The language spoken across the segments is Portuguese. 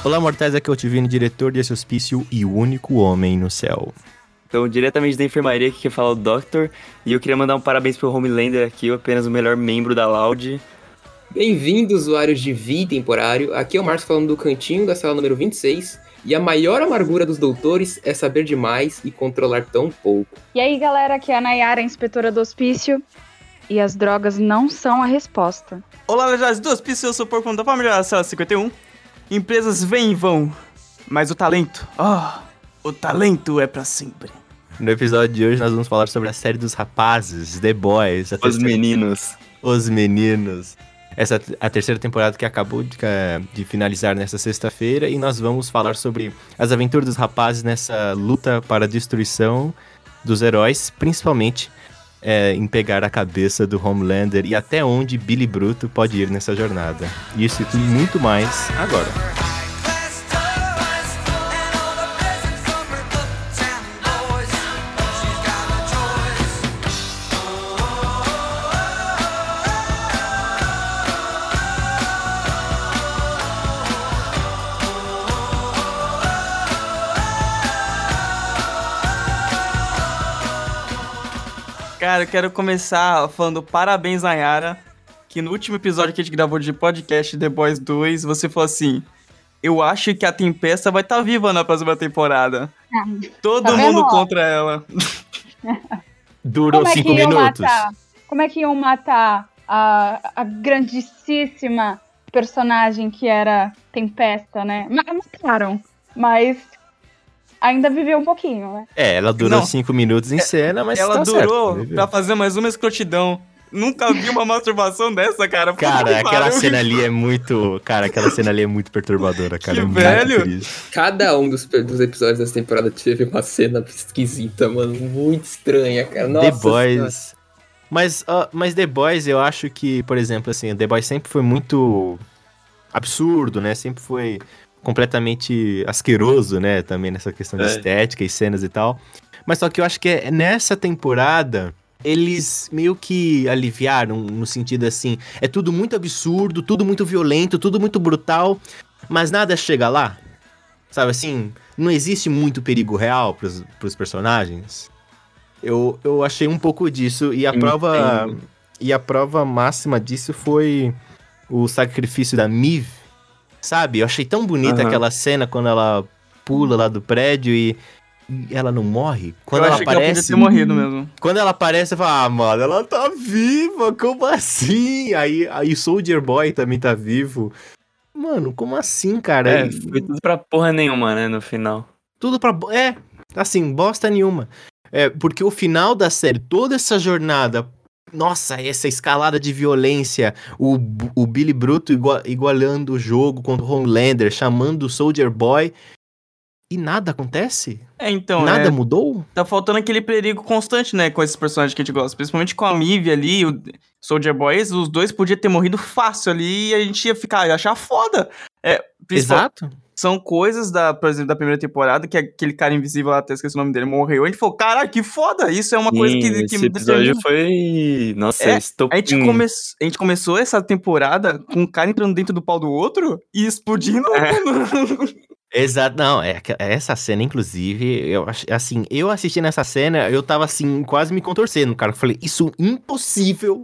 Olá, mortais, aqui é o Tivino, diretor desse hospício e o único homem no céu. Então, diretamente da enfermaria, aqui que fala o Doctor, e eu queria mandar um parabéns pro Homelander aqui, apenas o melhor membro da Loud. Bem-vindos, usuários de VI temporário. Aqui é o Marcos falando do cantinho da sala número 26. E a maior amargura dos doutores é saber demais e controlar tão pouco. E aí, galera, aqui é a Nayara, inspetora do hospício. E as drogas não são a resposta. Olá, legendários do hospício, eu sou o Porco da Família da Sala 51. Empresas vêm e vão, mas o talento é pra sempre. No episódio de hoje nós vamos falar sobre a série dos rapazes, The Boys. Os meninos. Essa é a terceira temporada que acabou de finalizar nessa sexta-feira. E nós vamos falar sobre as aventuras dos rapazes nessa luta para a destruição dos heróis. Principalmente em pegar a cabeça do Homelander e até onde Billy Bruto pode ir nessa jornada. Isso e tudo muito mais agora. Cara, eu quero começar falando parabéns, Nayara, que no último episódio que a gente gravou de podcast The Boys 2, você falou assim: eu acho que a Tempesta vai estar viva na próxima temporada. Todo mundo contra ela. Durou 5 minutos. Como é que iam matar a grandíssima personagem que era Tempesta, né? Mataram, mas ainda viveu um pouquinho, né? Ela durou 5 minutos em cena, mas ela tá durou certo, pra fazer mais uma escrotidão. Nunca vi uma masturbação dessa, cara. Cara, aquela cena ali é muito... Cara, aquela cena ali é muito perturbadora, cara. Que é muito velho! triste. Cada um dos episódios dessa temporada teve uma cena esquisita, mano. Muito estranha, cara. Nossa, The Boys... Mas The Boys, eu acho que, por exemplo, assim, The Boys sempre foi muito absurdo, né? Sempre foi completamente asqueroso, né? Também nessa questão de estética e cenas e tal. Mas só que eu acho que nessa temporada eles meio que aliviaram no sentido assim, é tudo muito absurdo, tudo muito violento, tudo muito brutal, mas nada chega lá. Sabe assim, não existe muito perigo real pros personagens. Eu achei um pouco disso e a prova máxima disso foi o sacrifício da Maeve. Sabe, eu achei tão bonita aquela cena quando ela pula lá do prédio e ela não morre. Quando ela aparece, que ela podia ter morrido mesmo. Quando ela aparece, eu falo, mano, ela tá viva, como assim? Aí Soldier Boy também tá vivo. Mano, como assim, cara? Foi tudo pra porra nenhuma, né, no final. Tudo pra... assim, bosta nenhuma. Porque o final da série, toda essa jornada... Nossa, essa escalada de violência, o Billy Bruto igualando o jogo contra o Homelander, chamando o Soldier Boy, e nada acontece? Então, nada mudou? Tá faltando aquele perigo constante, né, com esses personagens que a gente gosta, principalmente com a Maeve ali, o Soldier Boy, os dois podiam ter morrido fácil ali e a gente ia achar foda. Exato. São coisas, por exemplo, da primeira temporada, que aquele cara invisível lá, até esqueci o nome dele, morreu. A gente falou, caralho, que foda! Isso é uma coisa que esse episódio foi... Nossa, a gente começou essa temporada com um cara entrando dentro do pau do outro e explodindo. Exato, não, essa cena, inclusive, eu assisti nessa cena, eu tava assim, quase me contorcendo, cara. Eu falei, isso impossível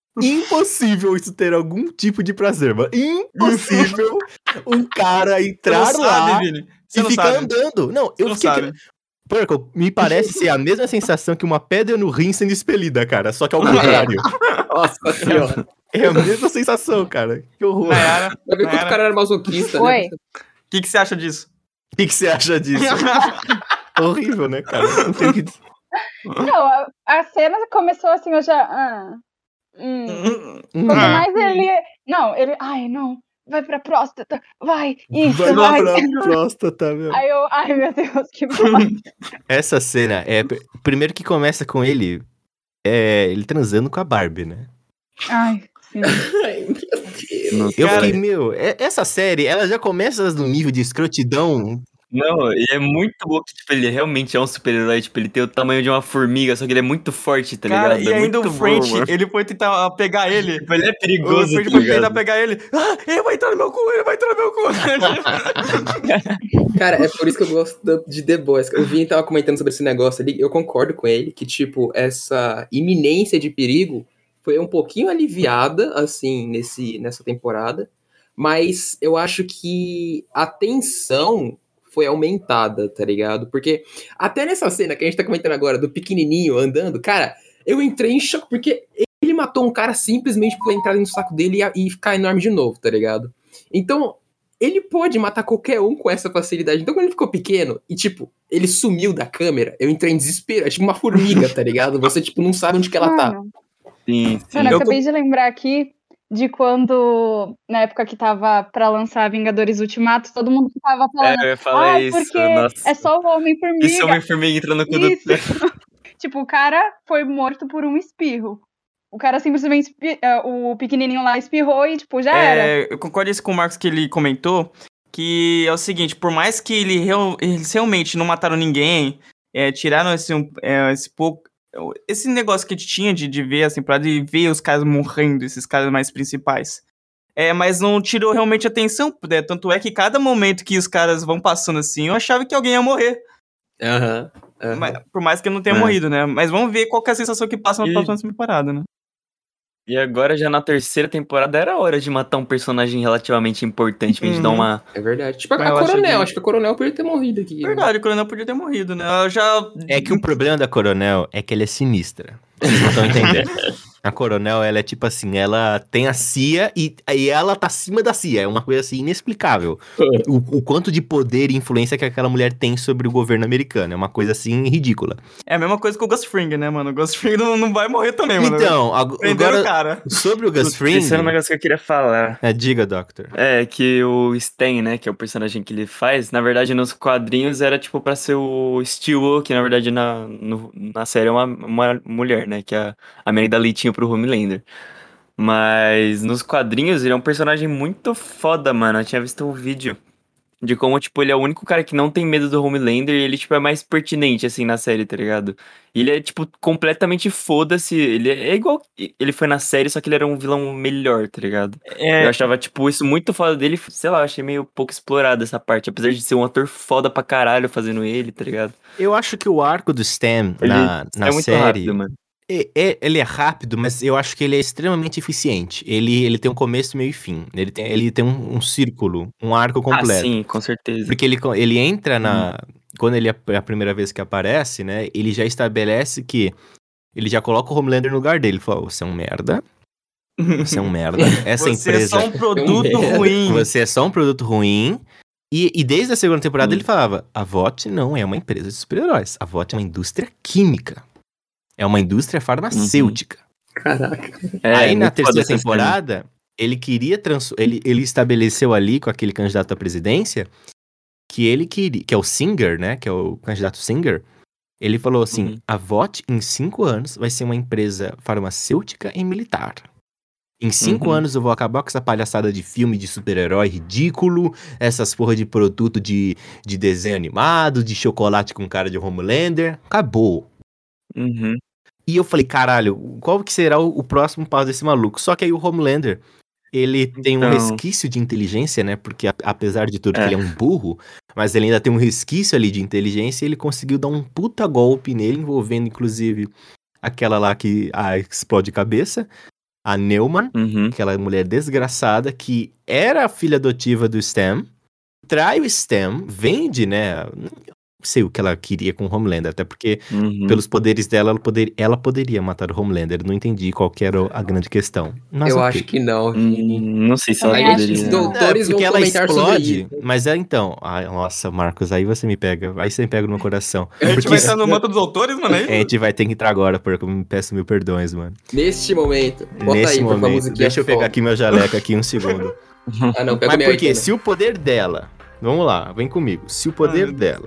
isso ter algum tipo de prazer, mano. Impossível um cara entrar lá e ficar andando. Não, eu fiquei... Porco, me parece ser a mesma sensação que uma pedra no rim sendo expelida, cara, só que ao contrário. Nossa senhora. É a mesma sensação, cara. Que horror. Vai ver quanto o cara era masoquista, né? O que você acha disso? O que você acha disso? Horrível, né, cara? Não tem que... Não, a cena começou assim, eu já... Quanto mais ele... Não, ele... Ai, não. Vai pra próstata. Vai. Isso, vai. Vai pra próstata, meu. Aí eu... Ai, meu Deus, que bosta. Essa cena primeiro que começa com ele... ele transando com a Barbie, né? Ai, sim. Ai, meu Deus. Eu fiquei, essa série, ela já começa no nível de escrotidão Não, e é muito bom que, tipo, ele realmente é um super-herói, tipo, ele tem o tamanho de uma formiga, só que ele é muito forte, tá Cara, ligado? e É ainda muito o French, bom, mano. ele foi tentar pegar ele. Tipo, ele é O perigoso, French tá foi tentar ligado? pegar ele. Ah, ele vai entrar no meu cu, ele vai entrar no meu cu. Cara, é por isso que eu gosto de The Boys. O Vini tava comentando sobre esse negócio ali, eu concordo com ele, que, tipo, essa iminência de perigo foi um pouquinho aliviada, assim, nessa temporada, mas eu acho que a tensão foi aumentada, tá ligado? Porque até nessa cena que a gente tá comentando agora, do pequenininho andando, cara, eu entrei em choque, porque ele matou um cara simplesmente por entrar no saco dele e ficar enorme de novo, tá ligado? Então, ele pode matar qualquer um com essa facilidade. Então, quando ele ficou pequeno e, tipo, ele sumiu da câmera, eu entrei em desespero. É tipo uma formiga, tá ligado? Você, tipo, não sabe onde que ela tá. Mano, Sim, sim. eu acabei de lembrar aqui de quando, na época que tava pra lançar Vingadores Ultimato, todo mundo ficava falando, eu ia falar isso, porque nossa. é só o Esse Homem-Formiga. Homem-Formiga entra no cu do... Isso. Tipo, o cara foi morto por um espirro. O cara simplesmente, o pequenininho lá espirrou e, tipo, já era. Eu concordo isso com o Marcos que ele comentou, que é o seguinte, por mais que eles realmente não mataram ninguém, tiraram esse negócio que a gente tinha de ver a temporada e ver os caras morrendo, esses caras mais principais. Mas não tirou realmente a atenção, né? Tanto é que cada momento que os caras vão passando assim, eu achava que alguém ia morrer. Aham. Por mais que ele não tenha morrido, né? Mas vamos ver qual que é a sensação que passa na próxima temporada, né? E agora, já na terceira temporada, era hora de matar um personagem relativamente importante pra gente dar uma... É verdade. Tipo, Mas eu a Coronel. acho Acho que a Coronel podia ter morrido aqui. Verdade, o Coronel podia ter morrido, né? Eu já... É que o problema da Coronel é que ela é sinistra. Vocês não estão entendendo. A Coronel, ela é tipo assim, ela tem a CIA e ela tá acima da CIA. É uma coisa assim inexplicável. O quanto de poder e influência que aquela mulher tem sobre o governo americano. É uma coisa assim ridícula. É a mesma coisa que o Gus Fring, né, mano? O Gus Fring não vai morrer também, mano. Então, Prenderam agora, o cara. sobre o Gus Fring... Esse era um negócio que eu queria falar. Diga, Doctor. É, que o Stan, né, que é o personagem que ele faz, na verdade, nos quadrinhos era, tipo, pra ser o Steel, que na verdade na série é uma mulher, né, que a Amanda tinha pro Homelander. Mas nos quadrinhos ele é um personagem muito foda, mano. Eu tinha visto um vídeo de como, tipo, ele é o único cara que não tem medo do Homelander e ele, tipo, é mais pertinente, assim, na série, tá ligado? E ele é, tipo, completamente foda-se. Ele é igual... Ele foi na série, só que ele era um vilão melhor, tá ligado? Eu achava, tipo, isso muito foda dele. Sei lá, eu achei meio pouco explorado essa parte. Apesar de ser um ator foda pra caralho fazendo ele, tá ligado? Eu acho que o arco do Stan Ele na é muito série... rápido, mano. Ele é rápido, mas eu acho que ele é extremamente eficiente. Ele tem um começo, meio e fim. Ele tem um círculo, um arco completo. Ah, sim, com certeza. Porque ele entra na... Quando ele é a primeira vez que aparece, né? Ele já estabelece que... Ele já coloca o Homelander no lugar dele. Ele fala, você é um merda. Você é um merda. Essa Você empresa... é só um produto ruim. Você é só um produto ruim. E desde a segunda temporada ele falava, a VOT não é uma empresa de super-heróis. A VOT é uma indústria química. É uma indústria farmacêutica. Caraca. Aí na terceira temporada, ele queria ele estabeleceu ali com aquele candidato à presidência que ele queria, que é o Singer, né? Que é o candidato Singer. Ele falou assim: a VOT em 5 anos vai ser uma empresa farmacêutica e militar. Em 5 anos eu vou acabar com essa palhaçada de filme de super-herói ridículo, essas porra de produto de desenho animado, de chocolate com cara de Homelander. Acabou. E eu falei, caralho, qual que será o próximo passo desse maluco? Só que aí o Homelander, ele tem um resquício de inteligência, né? Porque apesar de tudo que ele é um burro, mas ele ainda tem um resquício ali de inteligência e ele conseguiu dar um puta golpe nele, envolvendo inclusive aquela lá que explode cabeça, a Neumann, aquela mulher desgraçada que era a filha adotiva do Stan, trai o Stan, vende, né? Não sei o que ela queria com o Homelander, até porque pelos poderes dela, ela poderia matar o Homelander. Não entendi qual que era a grande questão. Mas eu acho que não. Não sei se ela poderia. Os doutores vão comentar sobre isso. Mas então... Ai, nossa, Marcos, aí você me pega. Aí você me pega no meu coração. A gente vai estar no manto dos autores, mano, aí? A gente vai ter que entrar agora, porque eu me peço mil perdões, mano. Neste momento. Bota Nesse aí, momento. musiquinha. Deixa eu pegar aqui meu jaleco aqui um segundo. Não, pega mas porque se o poder dela... Vamos lá, vem comigo. Se o poder dela...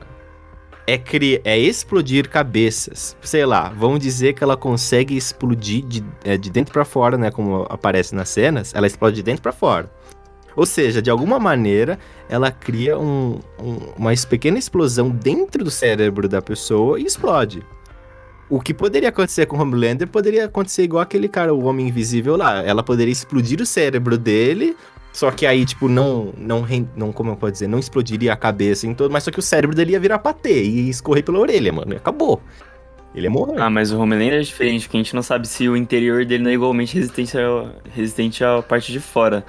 É explodir cabeças. Sei lá, vamos dizer que ela consegue explodir de dentro pra fora, né? Como aparece nas cenas, ela explode de dentro pra fora. Ou seja, de alguma maneira, ela cria uma pequena explosão dentro do cérebro da pessoa e explode. O que poderia acontecer com o Homelander poderia acontecer igual aquele cara, o Homem Invisível lá. Ela poderia explodir o cérebro dele, só que aí, tipo, não como eu posso dizer, não explodiria a cabeça em todo, mas só que o cérebro dele ia virar patê e escorrer pela orelha, mano, e acabou. Ele ia morrer. Ah, mas o Homelander é diferente, porque a gente não sabe se o interior dele não é igualmente resistente à parte de fora.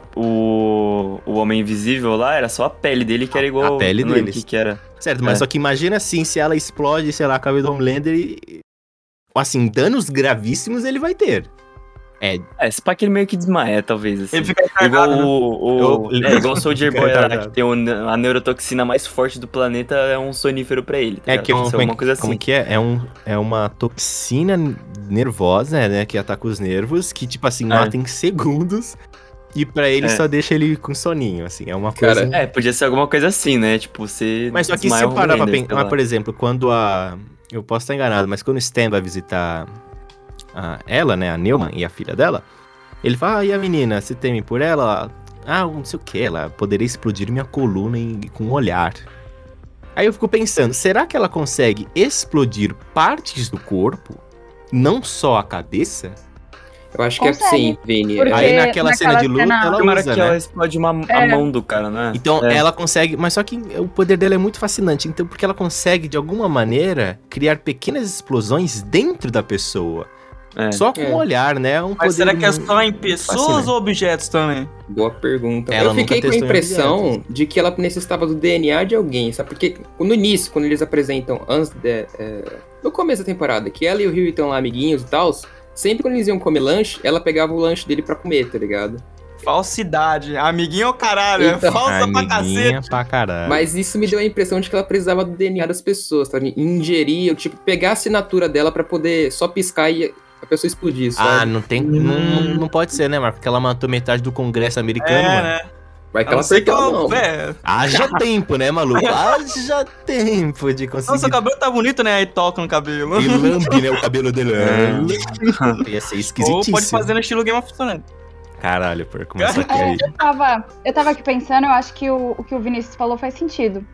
O Homem Invisível lá era só a pele dele que era igual... A pele eu não lembro deles. o que era. Certo, mas só que imagina assim, se ela explode, sei lá, a cabeça do Homelander e... Assim, danos gravíssimos ele vai ter. Se pá que ele meio que desmaia, talvez, assim. Ele fica Igual retardado, igual o Soldier Fica Boy lá, retardado. que tem a neurotoxina mais forte do planeta, é um sonífero pra ele. Tá É que é ligado? Uma coisa como assim. que é? É uma toxina nervosa, né, que ataca os nervos, que, tipo assim, mata em segundos. E pra ele só deixa ele com soninho, assim, é uma coisa... Cara, Podia ser alguma coisa assim, né? Tipo, você Mas só que desmaia se o parar pra Homelander, sei pensar, lá. por exemplo, quando eu posso estar enganado, mas quando o Stan vai visitar ela, né, a Neumann e a filha dela, ele fala, e a menina, você teme por ela? Não sei o que, ela poderia explodir minha coluna com um olhar. Aí eu fico pensando, será que ela consegue explodir partes do corpo, não só a cabeça? eu acho que é Consegue, sim, Vini. porque- Aí naquela cena de luta cena- ela Tem uma hora usa, que ela né? explode a mão do cara, né? Então ela consegue, mas só que o poder dela é muito fascinante, então porque ela consegue de alguma maneira criar pequenas explosões dentro da pessoa. Só com o olhar, né? Um Mas poder será que é muito só em pessoas fascinante. ou objetos também? Boa pergunta. Ela Eu fiquei nunca com a testou em impressão de que ela necessitava do DNA de alguém, sabe? Porque no início, quando eles apresentam, no começo da temporada, que ela e o Rio estão lá amiguinhos e tal, sempre quando eles iam comer lanche, ela pegava o lanche dele pra comer, tá ligado? Falsidade. Amiguinho ou caralho? Então, É falsa pra Amiguinha cacete. pra caralho. Mas isso me deu a impressão de que ela precisava do DNA das pessoas, tá? Ingerir, tipo, pegar a assinatura dela pra poder só piscar e a pessoa explodir, sabe? não tem. Não pode ser, né, Marco? Porque ela matou metade do Congresso americano, mano. né? Vai que Eu ela não sei acertou a mão. Haja tempo, né, maluco? Haja tempo de Nossa, conseguir. o cabelo tá bonito, né? Aí toca no cabelo. E lambe, né, o cabelo dele. Ia ser Ou esquisitíssimo. pode fazer no estilo Game of Thrones. Caralho, por começar aqui aí. Eu tava aqui pensando, eu acho que o que o Vinícius falou faz sentido.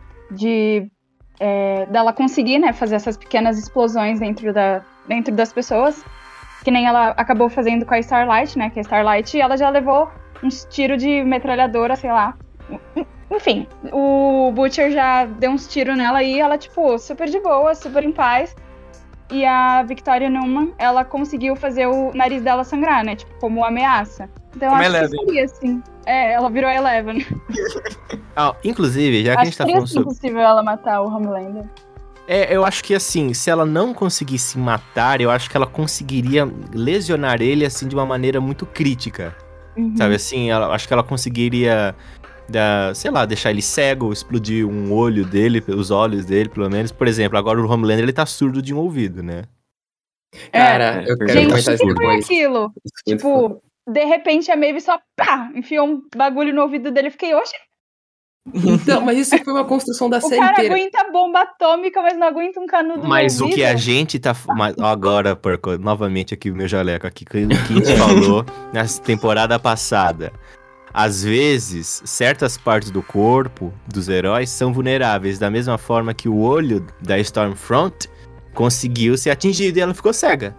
Dela conseguir, né, fazer essas pequenas explosões dentro das pessoas. Que nem ela acabou fazendo com a Starlight, né? Que a Starlight, ela já levou uns tiros de metralhadora, sei lá. Enfim, o Butcher já deu uns tiros nela e ela, tipo, super de boa, super em paz. E a Victoria Newman, ela conseguiu fazer o nariz dela sangrar, né? Tipo, como ameaça. Então, Como acho Eleven. que seria assim. Ela virou a Eleven. Inclusive, já que a Acho gente que tá seria falando assim sobre. possível ela matar o Homelander. Eu acho que assim, se ela não conseguisse matar, eu acho que ela conseguiria lesionar ele assim de uma maneira muito crítica. Uhum. Sabe assim, acho que ela conseguiria, sei lá, deixar ele cego, explodir um olho dele, os olhos dele, pelo menos. Por exemplo, agora o Homelander, ele tá surdo de um ouvido, né? Cara, eu quero Gente, o comentar que isso foi depois. aquilo? Tipo, de repente a Maeve só enfiou um bagulho no ouvido dele e fiquei, oxe, Então, mas isso foi uma construção da o série cara inteira. aguenta bomba atômica, mas não aguenta um canudo Mas no o ouvido. que a gente tá. Agora, Porco, novamente aqui o meu jaleco aqui, que a gente falou na temporada passada. Às vezes, certas partes do corpo dos heróis são vulneráveis, da mesma forma que o olho da Stormfront conseguiu ser atingido e ela ficou cega.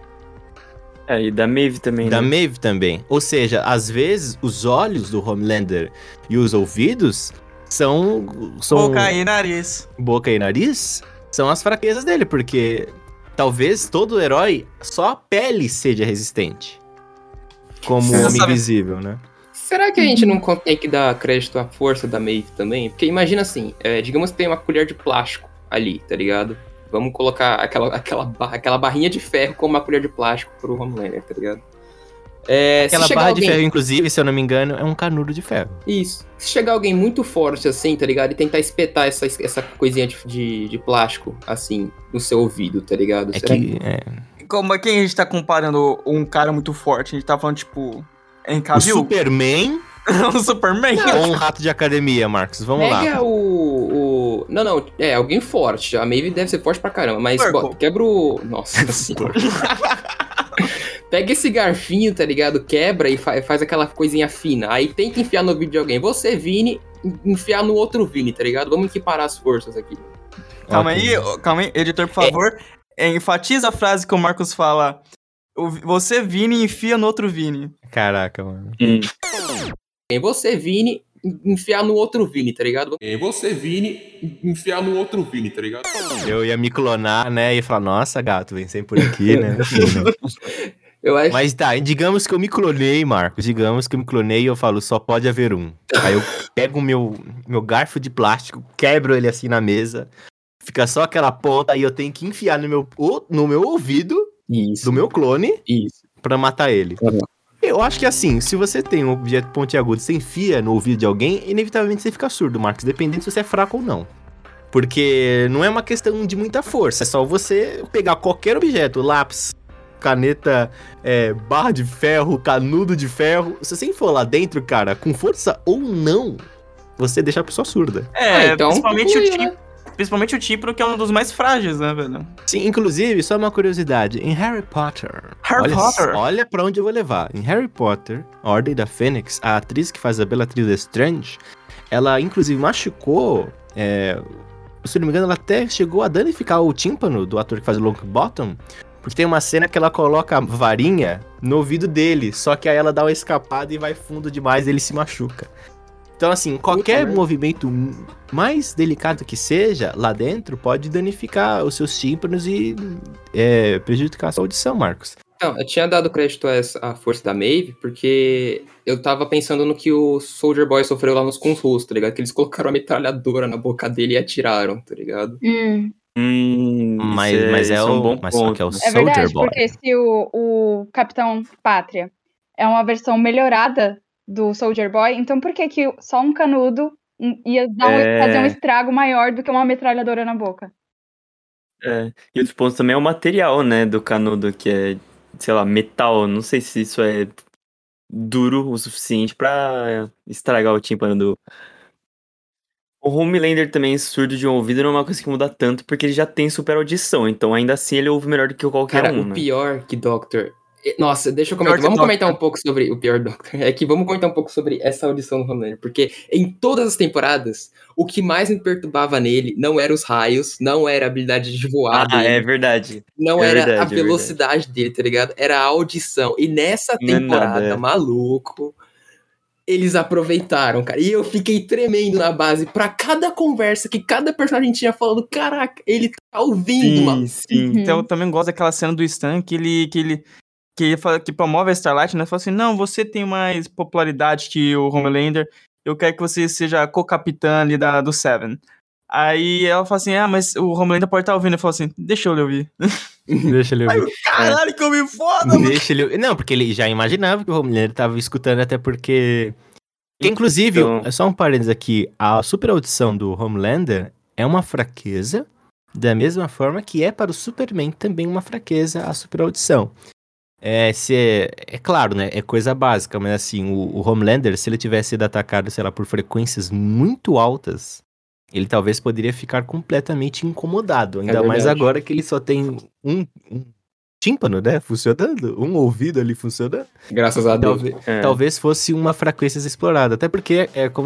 E da Maeve também, Da né? Maeve também. Ou seja, às vezes, os olhos do Homelander e os ouvidos são Boca e nariz. boca e nariz são as fraquezas dele, porque talvez todo herói, só a pele seja resistente. Como o Você Homem sabe- Invisível, né? Será que a gente não tem que dar crédito à força da Maeve também? Porque imagina assim, digamos que tem uma colher de plástico ali, tá ligado? Vamos colocar aquela barrinha de ferro como uma colher de plástico pro Homelander, tá ligado? Aquela se chegar barra de alguém... ferro, inclusive, se eu não me engano, é um canudo de ferro. Isso. Se chegar alguém muito forte assim, tá ligado? E tentar espetar essa coisinha de plástico, assim, no seu ouvido, tá ligado? Será Como quem a gente tá comparando um cara muito forte? A gente tá falando, tipo, em O Cavill? Superman O Superman? ou um rato de academia, Marcos? Vamos lá. Pega Não, alguém forte. A Maeve deve ser forte pra caramba, mas Purple. quebra o... Nossa senhora. Pega esse garfinho, tá ligado? Quebra e faz aquela coisinha fina. Aí tenta enfiar no ouvido de alguém. Você, Vini, enfiar no outro Vini, tá ligado? Vamos equiparar as forças aqui. Calma aí, editor, por favor. Enfatiza a frase que o Marcos fala. Você, Vini, enfia no outro Vini. Caraca, mano. Você, Vini, enfiar no outro Vini, tá ligado? Você, Vini, enfiar no outro Vini, tá ligado? Eu ia me clonar, né? E falar, nossa, gato, vem sempre por aqui, né? Eu acho... Mas tá, digamos que eu me clonei, Marcos. Digamos que eu me clonei e eu falo, só pode haver um. Aí eu pego o meu garfo de plástico, quebro ele assim na mesa, fica só aquela ponta, aí eu tenho que enfiar no meu ouvido do meu clone pra matar ele. Uhum. Eu acho que assim, se você tem um objeto pontiagudo, você enfia no ouvido de alguém, inevitavelmente você fica surdo, Marcos, dependendo se você é fraco ou não. Porque não é uma questão de muita força, é só você pegar qualquer objeto, lápis, caneta, barra de ferro, canudo de ferro, se você for lá dentro, cara, com força ou não, você deixa a pessoa surda. Então, Principalmente o Tímpano, que é um dos mais frágeis, né, velho? Sim, inclusive, só uma curiosidade, em Harry Potter... Olha pra onde eu vou levar. Em Harry Potter, a Ordem da Fênix, a atriz que faz a Bellatrix Lestrange, ela, inclusive, machucou... se não me engano, ela até chegou a danificar o tímpano do ator que faz o Longbottom, porque tem uma cena que ela coloca a varinha no ouvido dele, só que aí ela dá uma escapada e vai fundo demais e ele se machuca. Então, assim, qualquer movimento mais delicado que seja, lá dentro, pode danificar os seus tímpanos e prejudicar a sua audição, Marcos. Não, eu tinha dado crédito à força da Maeve, porque eu tava pensando no que o Soldier Boy sofreu lá nos Kunhus, tá ligado? Que eles colocaram a metralhadora na boca dele e atiraram, tá ligado? Mas é um bom ponto. Só que é o Soldier verdade, Boy. Porque se o Capitão Pátria é uma versão melhorada do Soldier Boy, então por que só um canudo ia fazer um estrago maior do que uma metralhadora na boca? E outros pontos também é o material, né, do canudo, que é, sei lá, metal. Não sei se isso é duro o suficiente pra estragar o tímpano do... O Homelander também, surdo de um ouvido, não é uma coisa que muda tanto, porque ele já tem super audição, então ainda assim ele ouve melhor do que qualquer Cara, um, o né? pior que Doctor... Nossa, deixa eu comentar. Vamos comentar um pouco sobre o pior Doctor. Vamos comentar um pouco sobre essa audição do Homelander, porque em todas as temporadas, o que mais me perturbava nele não era os raios, não era a habilidade de voar dele. É verdade. Não era a velocidade dele, tá ligado? Era a audição. E nessa temporada, maluco, eles aproveitaram, cara. E eu fiquei tremendo na base pra cada conversa que cada personagem tinha falando. Caraca, ele tá ouvindo, mano. Sim. Então eu também gosto daquela cena do Stan que promove a Starlight, né? Fala assim, não, você tem mais popularidade que o Homelander, eu quero que você seja co-capitã ali do Seven. Aí ela fala assim, mas o Homelander pode estar ouvindo. Eu falo assim, deixa eu lhe ouvir. Deixa ele ouvir. Caralho, que eu me foda, mano. Deixa ele... Não, porque ele já imaginava que o Homelander tava escutando, até porque... Inclusive, só um parênteses aqui, a super audição do Homelander é uma fraqueza, da mesma forma que é para o Superman também uma fraqueza a super audição. É claro, né? É coisa básica, mas assim, o Homelander, se ele tivesse sido atacado, sei lá, por frequências muito altas, ele talvez poderia ficar completamente incomodado. Ainda mais agora que ele só tem um tímpano, né? Funcionando, um ouvido ali funcionando. Graças a Deus. Talvez fosse uma fraqueza explorada. Até porque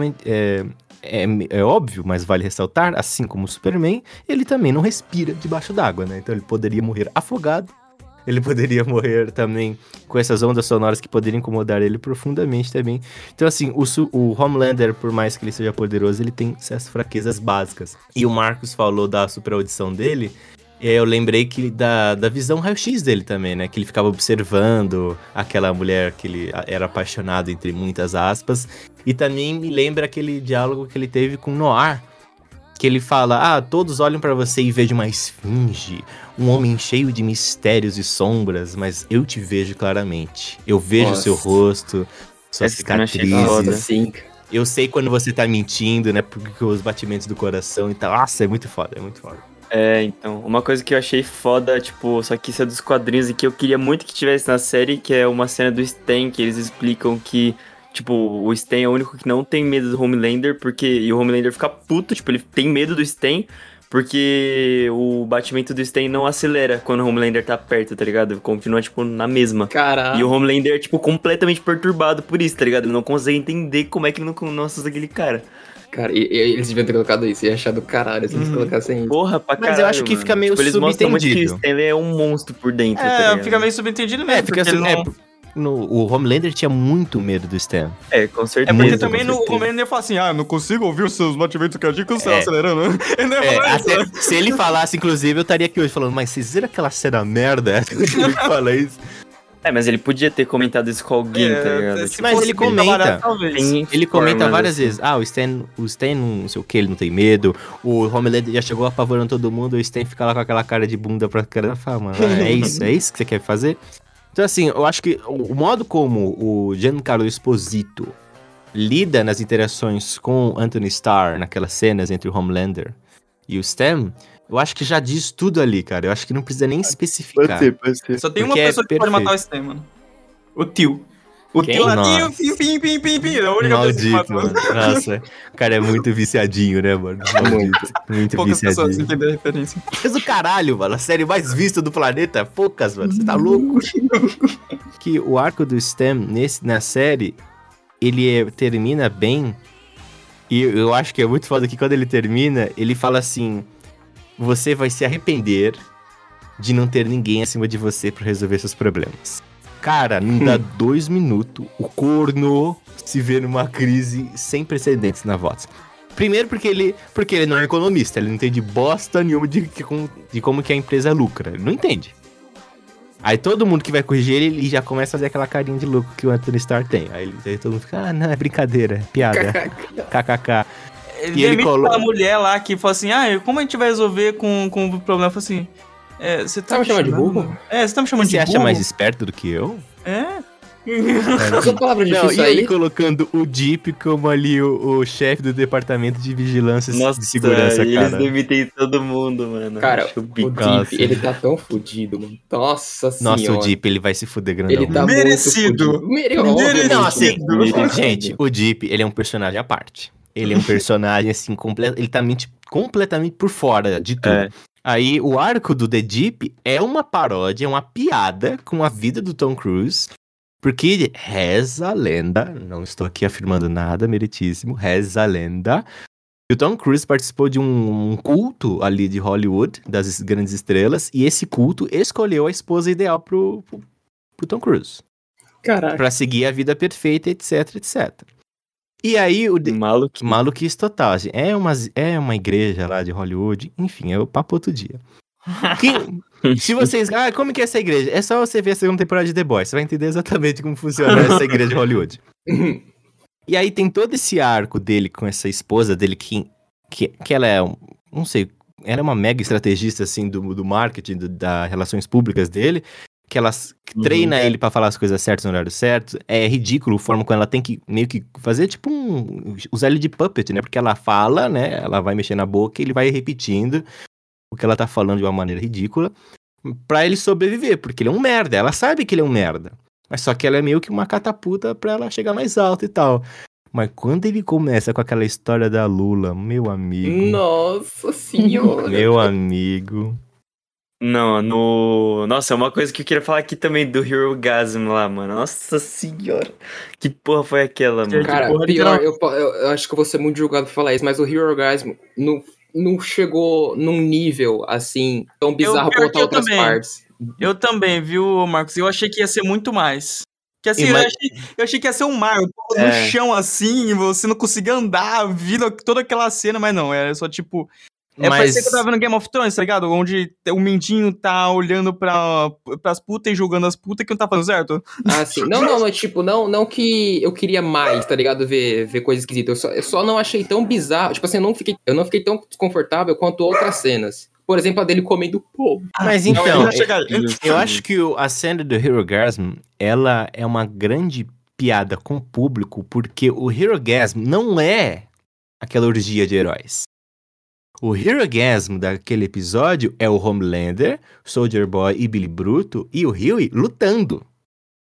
é óbvio, mas vale ressaltar, assim como o Superman, ele também não respira debaixo d'água, né? Então ele poderia morrer afogado. Ele poderia morrer também com essas ondas sonoras que poderiam incomodar ele profundamente também. Então, assim, o Homelander, por mais que ele seja poderoso, ele tem essas fraquezas básicas. E o Marcos falou da super audição dele. Eu lembrei da visão raio-x dele também, né? Que ele ficava observando aquela mulher que ele era apaixonado, entre muitas aspas. E também me lembra aquele diálogo que ele teve com Noir. Que ele fala, todos olham pra você e vejam uma esfinge, um homem cheio de mistérios e sombras, mas eu te vejo claramente. Eu vejo seu rosto, suas cicatrizes. Eu sei quando você tá mentindo, né, porque os batimentos do coração e tal. Nossa, é muito foda, é muito foda. Então, uma coisa que eu achei foda, tipo, só que isso é dos quadrinhos e que eu queria muito que tivesse na série, que é uma cena do Stan, que eles explicam que... Tipo, o Stan é o único que não tem medo do Homelander, e o Homelander fica puto, tipo, ele tem medo do Stan, Porque o batimento do Stan não acelera quando o Homelander tá perto, tá ligado? Continua, tipo, na mesma. Caralho. E o Homelander é, tipo, completamente perturbado por isso, tá ligado? Ele não consegue entender como é que ele não assusta aquele cara. Cara, eles deviam ter colocado isso. Ia achar do caralho se eles colocassem isso. Porra, pra caralho, Mas eu acho que mano. fica meio tipo, eles mostram muito que o subentendido. Stan ele é um monstro por dentro, tá ligado? Fica meio subentendido mesmo. Fica porque ele assim, não... o Homelander tinha muito medo do Stan. Com É certeza. porque Mesmo, também com no certeza. Homelander fala assim, não consigo ouvir os seus batimentos cardíacos É. acelerando. Ele não ia falar isso, Até, né? se ele falasse, inclusive, eu estaria aqui hoje falando, mas vocês viram aquela cena merda? Ele fala isso. Mas ele podia ter comentado isso com alguém, tá ligado? se Mas fosse ele bem comenta. trabalhado, talvez. Tem Ele comenta formas, várias assim. vezes, o Stan não sei o que, ele não tem medo, o Homelander já chegou apavorando todo mundo, o Stan fica lá com aquela cara de bunda pra cara e fala, mano, é isso que você quer fazer? Então assim, eu acho que o modo como o Giancarlo Esposito lida nas interações com Anthony Starr, naquelas cenas entre o Homelander e o Stan, eu acho que já diz tudo ali, cara, eu acho que não precisa nem especificar. pode ser. Só tem uma Porque é pessoa que pode perfeito. matar o Stan, mano. O tio. O Quem? tio lá, Nossa. pim. É a única pessoa que Maldito, mata, mano. Nossa, o cara é muito viciadinho, né, mano? Maldito. Muito Poucas pessoas viciadinho. entenderam a referência. Mas o caralho, mano. A série mais vista do planeta. Poucas, mano. Você tá louco? Que o arco do Stan na série, ele termina bem. E eu acho que é muito foda que quando ele termina, ele fala assim: você vai se arrepender de não ter ninguém acima de você pra resolver seus problemas. Cara, não dá 2 minutos, o corno se vê numa crise sem precedentes na voz. Primeiro porque ele não é economista, ele não entende bosta nenhuma de como que a empresa lucra, ele não entende. Aí todo mundo que vai corrigir ele já começa a fazer aquela carinha de louco que o Anthony Starr tem. Aí todo mundo fica, não, é brincadeira, é piada, kkk. Ele E ele demite colo- aquela mulher lá que fala assim, como a gente vai resolver com o problema? Fala assim, você tá Tá me chamando de burro? Você tá me chamando Você de burro? acha mais esperto do que eu? Essa palavra Não, difícil e ele aí. colocando o Deep como ali o chefe do departamento de vigilância Nossa, de segurança, e eles cara. demitem todo mundo, mano. Cara, Acho o bico. Nossa. Deep, ele tá tão fudido, mano. Nossa Nossa, senhora. o Deep, ele vai se fuder grandão. Ele tá Merecido. muito fudido. Obviamente, Não, assim, merecido. gente, o Deep, ele é um personagem à parte. Ele é um personagem, assim, ele tá completamente por fora de tudo. É. Aí, o arco do The Deep é uma paródia, é uma piada com a vida do Tom Cruise, porque reza a lenda, não estou aqui afirmando nada meritíssimo, reza a lenda, que o Tom Cruise participou de um culto ali de Hollywood, das grandes estrelas, e esse culto escolheu a esposa ideal pro Tom Cruise. Caraca. Pra seguir a vida perfeita, etc, etc. E aí, Maluco. maluquice total, assim, é uma igreja lá de Hollywood, enfim, é o papo outro dia. Se vocês... como que é essa igreja? É só você ver a segunda temporada de The Boys, você vai entender exatamente como funciona essa igreja de Hollywood. E aí tem todo esse arco dele com essa esposa dele, que ela é, não sei, ela é uma mega estrategista, assim, do marketing, das relações públicas dele, que ela treina ele pra falar as coisas certas no horário certo. É ridículo a forma como ela tem que meio que fazer tipo usar ele de puppet, né? Porque ela fala, né? Ela vai mexer na boca e ele vai repetindo o que ela tá falando de uma maneira ridícula pra ele sobreviver, porque ele é um merda. Ela sabe que ele é um merda. Mas só que ela é meio que uma catapulta pra ela chegar mais alto e tal. Mas quando ele começa com aquela história da Lula, meu amigo... Nossa senhora. Meu amigo... Não, Nossa, é uma coisa que eu queria falar aqui também do Hero Gasm lá, mano. Nossa senhora. Que porra foi aquela, mano? Cara, porra, pior, eu acho que eu vou ser muito julgado por falar isso, mas o Hero Orgasm não chegou num nível, assim, tão bizarro pior quanto que eu outras também. partes. Eu também, viu, Marcos? Eu achei que ia ser muito mais. Que assim, eu achei que ia ser um mar, no chão assim, você não conseguia andar, vindo toda aquela cena, mas não, era só tipo... parecia que eu tava vendo Game of Thrones, tá ligado? Onde o Mindinho tá olhando pras putas e julgando as putas que não tá fazendo certo. Ah, sim. Não, tipo, não que eu queria mais, tá ligado? Ver coisa esquisita. Eu só não achei tão bizarro. Tipo assim, eu não fiquei tão desconfortável quanto outras cenas. Por exemplo, a dele comendo povo. Mas Não, então, eu ia chegar- eu acho que a cena do Hero Gasm, ela é uma grande piada com o público, porque o Hero Gasm não é aquela orgia de heróis. O Hero Gasm daquele episódio é o Homelander, Soldier Boy e Billy Bruto e o Huey lutando.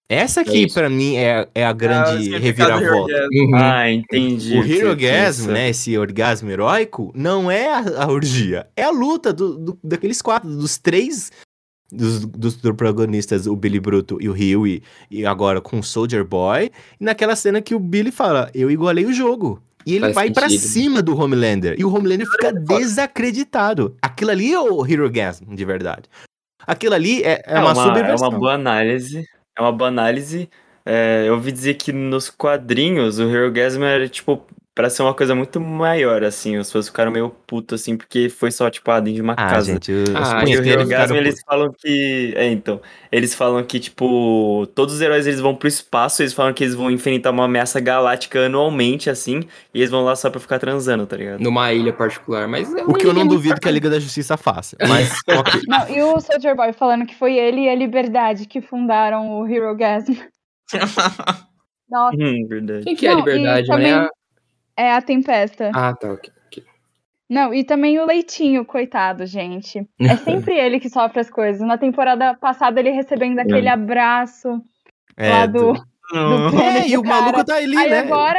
Essa aqui, isso. pra mim, é a o grande significado do reviravolta. orgasmo. Uhum. Ah, entendi. O o que você Herogasm, pensa. né, esse orgasmo heróico, não é a orgia, é a luta daqueles 4, dos 3 dos protagonistas, o Billy Bruto e o Huey, e agora com o Soldier Boy, e naquela cena que o Billy fala, eu igualei o jogo. E ele Faz vai pra sentido. cima do Homelander, e o Homelander fica desacreditado. Aquilo ali é o Herogasm, de verdade. Aquilo ali é uma É subversão. uma boa análise. É uma boa análise. Eu ouvi dizer que nos quadrinhos o Herogasm era, tipo, pra ser uma coisa muito maior, assim. Os fãs ficaram meio putos, assim, porque foi só, tipo, dentro de uma Ah, casa. gente, os Ah, E o punheteiros Herogasm, ficaram... eles falam que... então. Eles falam que, tipo, todos os heróis, eles vão pro espaço, eles falam que eles vão enfrentar uma ameaça galáctica anualmente, assim, e eles vão lá só pra ficar transando, tá ligado? Numa ilha particular, mas O que eu não duvido que a Liga da Justiça faça, mas ok. Não, e o Soldier Boy falando que foi ele e a Liberdade que fundaram o Herogasm. Nossa, Verdade. Quem que é a Não, e Liberdade? também- Não é é a Tempesta. Ah, tá, ok. Não, e também o Leitinho, coitado, gente. É sempre ele que sofre as coisas. Na temporada passada, ele recebendo aquele abraço lá do Não. pênis E do o maluco cara. tá ali, Aí né? agora,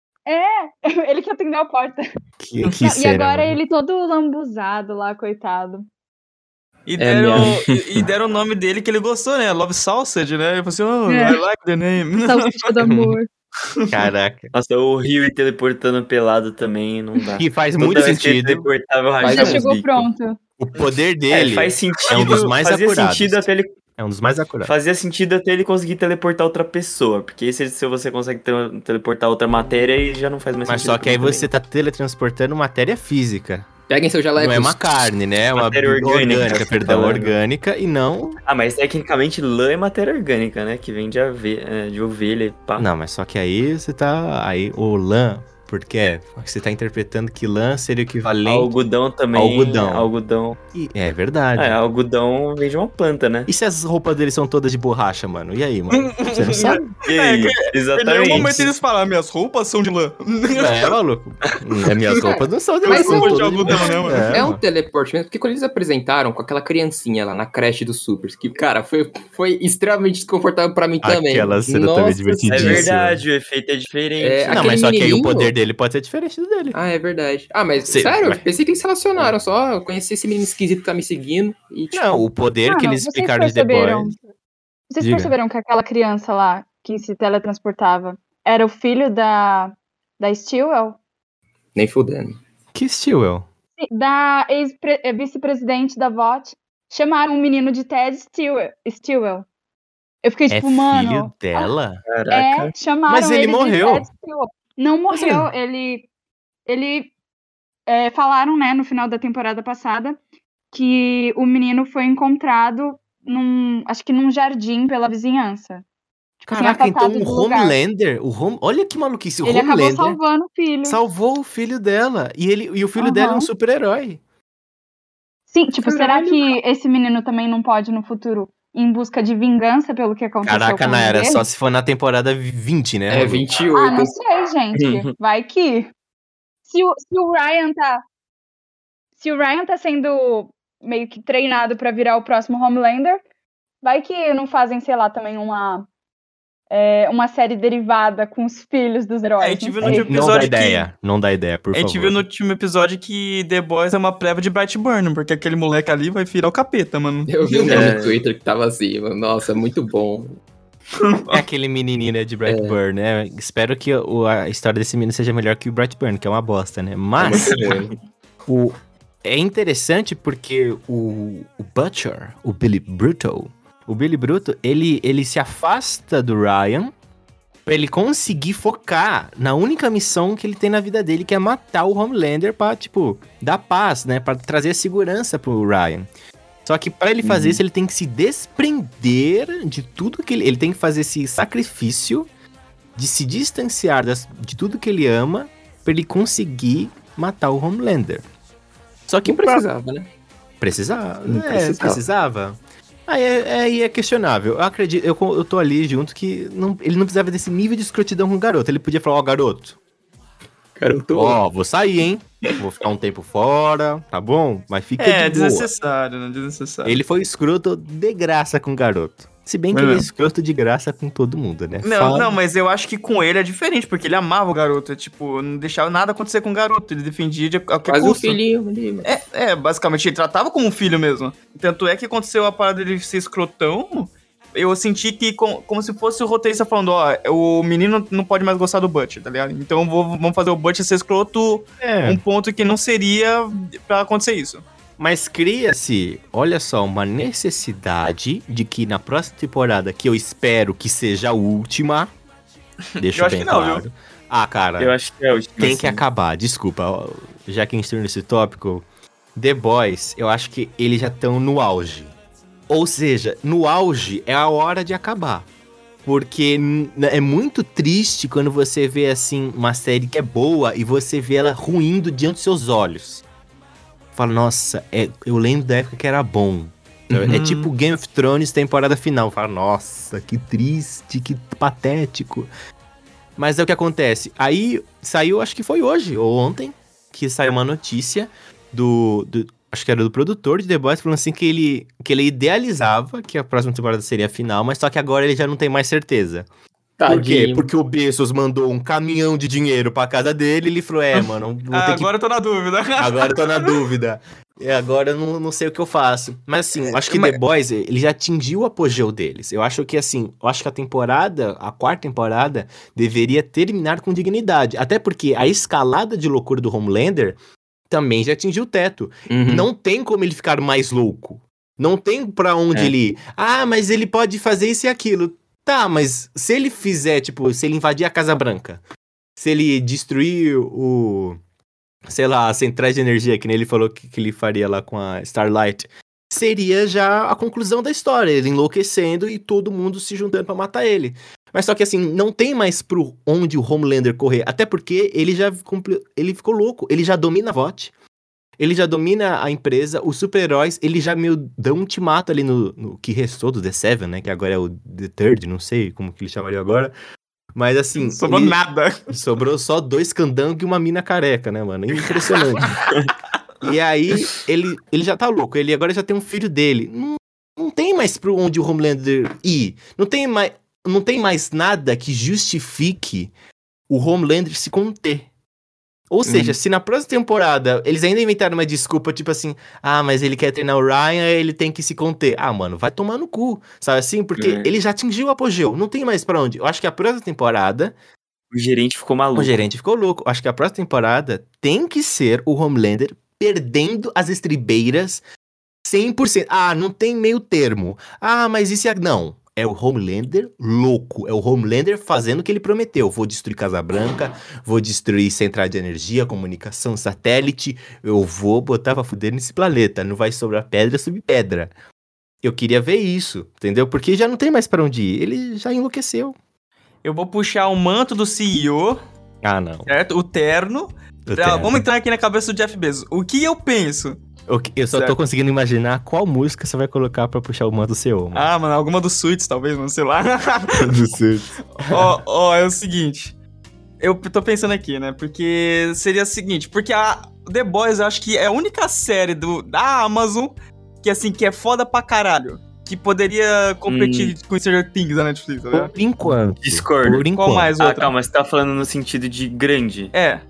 ele que atendeu a porta. Que Não, e cena, agora mano. ele todo lambuzado lá, coitado. E É deram o nome dele que ele gostou, né? Love Sausage, né? Ele falou assim, oh, É. I like the name. Salsicha do amor. Caraca. Nossa, o Rio teleportando pelado também não dá. E faz Toda muito vez que ele sentido. teleportava, eu Faz rachava Já os muito. chegou bicos. pronto. O poder dele Faz sentido. é um dos mais fazia acurados. sentido até ele É um dos mais acurados. Fazia sentido até ele conseguir teleportar outra pessoa. Porque se você consegue teleportar outra matéria, aí já não faz mais Mas sentido. só que aí pra mim você tá teletransportando matéria física. Peguem seu Não é jalecos. uma carne, né? É uma Matéria orgânica, orgânica, tá perdão, falando. orgânica e não... também. Ah, mas tecnicamente lã é matéria orgânica, né? Que vem de ovelha e pá. Não, mas só que aí você tá... Aí o lã, porque você tá interpretando que lã seria o equivalente... Algodão também. Algodão. É verdade. Algodão vem de uma planta, né? E se as roupas dele são todas de borracha, mano? E aí, mano? Você não sabe? E aí, Em nenhum exatamente. momento eles falam, minhas roupas são de lã. É, maluco. Minhas roupas não são de Mas são não todas de algodão, né, mano? É um mano. teleporte mesmo, porque quando eles apresentaram com aquela criancinha lá na creche do Supers, que, cara, foi extremamente desconfortável pra mim também. Aquela cena também Nossa divertidíssima. É Senhora. verdade, o efeito é diferente. É, Não, aquele mas só que aí o menininho- poder dele pode ser diferente do dele. Ah, é verdade. Ah, mas Sei, sério, ué. eu pensei que eles se relacionaram só. Eu conheci esse menino esquisito que tá me seguindo. E, tipo, Não, o poder que Mano, eles vocês explicaram de The perceberam? Boys. Vocês Diga. perceberam que aquela criança lá que se teletransportava era o filho da Stewell? nem fudendo. Que Stewell? Da vice-presidente da VOT. Chamaram um menino de Ted Stewell. Eu fiquei É tipo, filho mano. dela? Caraca. Chamaram Mas ele ele morreu. de Ted Stewell. Não Mas morreu, ele falaram, né, no final da temporada passada, que o menino foi encontrado acho que num jardim pela vizinhança. Tipo, assim, Caraca, então afastado o do lugar. Homelander, olha que maluquice, o Ele acabou Homelander salvando o filho. salvou o filho dela. E o filho dela é um Aham. super-herói. Sim, tipo, Caralho. será que esse menino também não pode no futuro ir em busca de vingança pelo que aconteceu Caraca, com Nayara, ele? só se for na temporada 20, né? É, maluco? 28. Ah, não sei, gente. Vai que. Se o Ryan tá sendo meio que treinado pra virar o próximo Homelander, vai que não fazem, sei lá, também uma série derivada com os filhos dos heróis. A gente viu não no sei. último Não dá episódio ideia, não dá ideia, por A favor. gente viu no último episódio que The Boys é uma prévia de Brightburn, porque aquele moleque ali vai virar o capeta, mano. Eu vi um meme no Twitter que tava assim, mano. Nossa, muito bom. É aquele menininho, né, de Brightburn, né? Espero que a história desse menino seja melhor que o Brightburn, que é uma bosta, né? Mas é interessante porque o Butcher, o Billy Bruto, ele se afasta do Ryan pra ele conseguir focar na única missão que ele tem na vida dele, que é matar o Homelander pra, tipo, dar paz, né? Pra trazer segurança pro Ryan. Só que pra ele fazer isso, ele tem que se desprender de tudo que ele tem que fazer esse sacrifício de se distanciar de tudo que ele ama pra ele conseguir matar o Homelander. Só que Não precisava, né? precisava. Não Precisava. Aí é questionável. Eu acredito, eu tô ali junto que ele não precisava desse nível de escrotidão com o garoto. Ele podia falar, ó, garoto, Cara, eu tô... ó, vou sair, hein? Vou ficar um tempo fora, tá bom? Mas fica de boa. Desnecessário, né? Desnecessário. Ele foi escroto de graça com o garoto. Se bem que ele é escroto de graça com todo mundo, né? Não, mas eu acho que com ele é diferente, porque ele amava o garoto. Tipo, não deixava nada acontecer com o garoto. Ele defendia de qualquer Quase um custo. filhinho ali. Basicamente, ele tratava como um filho mesmo. Tanto é que aconteceu a parada dele ser escrotão. Eu senti que como se fosse o roteirista falando, o menino não pode mais gostar do Butch, tá ligado? Então vamos fazer o Butch ser escroto, um ponto que não seria pra acontecer isso. Mas cria-se, olha só, uma necessidade de que na próxima temporada, que eu espero que seja a última, deixa Eu acho bem que não, claro. viu? Ah, cara, Eu acho que é o último. tem que acabar, desculpa, já que a gente entrou nesse tópico, The Boys, eu acho que eles já estão no auge. Ou seja, no auge é a hora de acabar. Porque é muito triste quando você vê, assim, uma série que é boa e você vê ela ruindo diante dos seus olhos. Fala, nossa, eu lembro da época que era bom. É tipo Game of Thrones temporada final. Fala, nossa, que triste, que patético. Mas é o que acontece. Aí saiu, acho que foi hoje ou ontem, que saiu uma notícia acho que era do produtor de The Boys, falando assim que ele idealizava que a próxima temporada seria a final, mas só que agora ele já não tem mais certeza. Por quê? Tadinho. Porque o Bezos mandou um caminhão de dinheiro pra casa dele e ele falou, mano, vou ter que... Agora eu tô na dúvida. Agora eu tô na dúvida. Agora eu não sei o que eu faço. Mas assim, eu acho que The Boys, ele já atingiu o apogeu deles. Eu acho que assim, a quarta temporada, deveria terminar com dignidade. Até porque a escalada de loucura do Homelander também já atingiu o teto. Não tem como ele ficar mais louco. Não tem pra onde ele ir. Ah, mas ele pode fazer isso e aquilo. Tá, mas se ele fizer, tipo, se ele invadir a Casa Branca, se ele destruir sei lá, as centrais de energia, que nem ele falou que ele faria lá com a Starlight, seria já a conclusão da história, ele enlouquecendo e todo mundo se juntando pra matar ele. Mas só que assim, não tem mais pro onde o Homelander correr, até porque ele ficou louco, ele já domina a VOT, ele já domina a empresa, os super-heróis, ele já meio deu um ultimato ali no que restou do The Seven, né, que agora é o The Third, não sei como que ele chamaria agora. Mas assim... Sobrou nada. Sobrou só 2 candangos e uma mina careca, né, mano? Impressionante. E aí, ele já tá louco. Ele agora já tem um filho dele. Não tem mais pra onde o Homelander ir. Não tem mais nada que justifique o Homelander se conter. Ou seja, se na próxima temporada eles ainda inventaram uma desculpa, tipo assim, mas ele quer treinar o Ryan, ele tem que se conter. Ah, mano, vai tomar no cu, sabe assim? Porque ele já atingiu o apogeu, não tem mais pra onde. Eu acho que a próxima temporada... O gerente ficou maluco. O gerente ficou louco. Eu acho que a próxima temporada tem que ser o Homelander perdendo as estribeiras 100%. Ah, não tem meio termo. Ah, mas isso é... Não. É o Homelander louco. É o Homelander fazendo o que ele prometeu. Vou destruir Casa Branca, vou destruir central de energia, comunicação, satélite. Eu vou botar pra fuder nesse planeta. Não vai sobrar pedra sobre pedra. Eu queria ver isso, entendeu? Porque já não tem mais pra onde ir. Ele já enlouqueceu. Eu vou puxar o manto do CEO. Ah, não. Certo? O terno. Vamos entrar aqui na cabeça do Jeff Bezos. O que eu penso? Eu só tô conseguindo imaginar qual música você vai colocar pra puxar o manto do CEO, mano. Ah, mano, alguma dos Suits, talvez, não sei lá. Do Suits. Ó, é o seguinte. Eu tô pensando aqui, né? Porque seria o seguinte. Porque a The Boys, eu acho que é a única série da Amazon que, assim, que é foda pra caralho. Que poderia competir com Stranger Things da Netflix, tá ligado? Por enquanto. Discordo. Por enquanto. Qual mais outra? Calma, você tá falando no sentido de grande.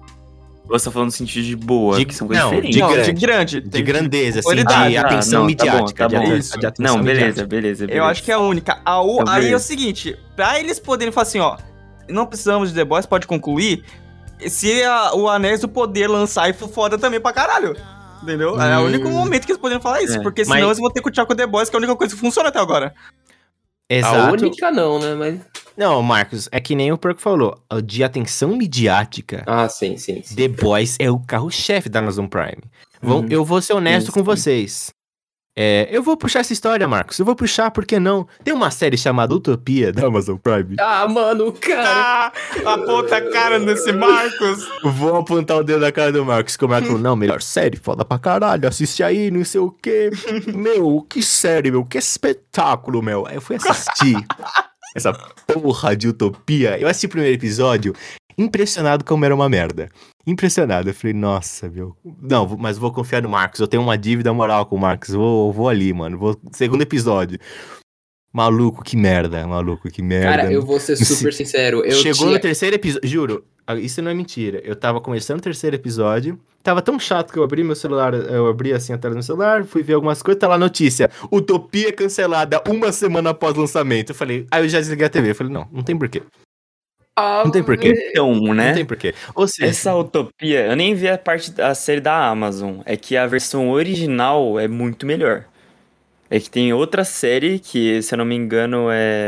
Ou você tá falando no sentido de boa, que são coisas diferentes? De grande. De grandeza, assim, qualidade. de atenção midiática. Tá bom. De atenção Beleza. Eu acho que é a única. Aí é o seguinte, pra eles poderem falar assim, ó, não precisamos de The Boys, pode concluir, se o Anéis do Poder lançar e for foda também pra caralho. Entendeu? É o único momento que eles poderiam falar isso, porque senão eles vão ter que continuar com The Boys, que é a única coisa que funciona até agora. Exato. A única não, né? Mas... Não, Marcos, é que nem o Perco falou. De atenção midiática, Ah, sim. The Boys é o carro-chefe da Amazon Prime. Eu vou ser honesto com vocês. Eu vou puxar essa história, Marcos. Eu vou puxar, por que não? Tem uma série chamada Utopia da Amazon Prime. Ah, mano, cara. Aponta a cara nesse Marcos. Vou apontar o dedo na cara do Marcos. Que o Marcos falou, não, melhor série, foda pra caralho. Assiste aí, não sei o quê. Meu, que série, meu. Que espetáculo, meu. Aí eu fui assistir essa porra de Utopia. Eu assisti o primeiro episódio, impressionado como era uma merda. Impressionado. Eu falei, nossa, meu. Não, mas vou confiar no Marcos. Eu tenho uma dívida moral com o Marcos. Vou ali, mano. Segundo episódio. Maluco, que merda. Cara, eu vou ser super sincero. Chegou no terceiro episódio, juro, isso não é mentira. Eu tava começando o terceiro episódio, tava tão chato que eu abri meu celular, eu abri assim a tela do celular, fui ver algumas coisas, tá lá a notícia. Utopia cancelada 1 semana após lançamento. Eu falei, aí eu já desliguei a TV. Eu falei, não tem porquê. Não tem porquê. Então, né? Não tem porquê. Ou seja, Essa Utopia, eu nem vi a série da Amazon. É que a versão original é muito melhor. É que tem outra série que, se eu não me engano,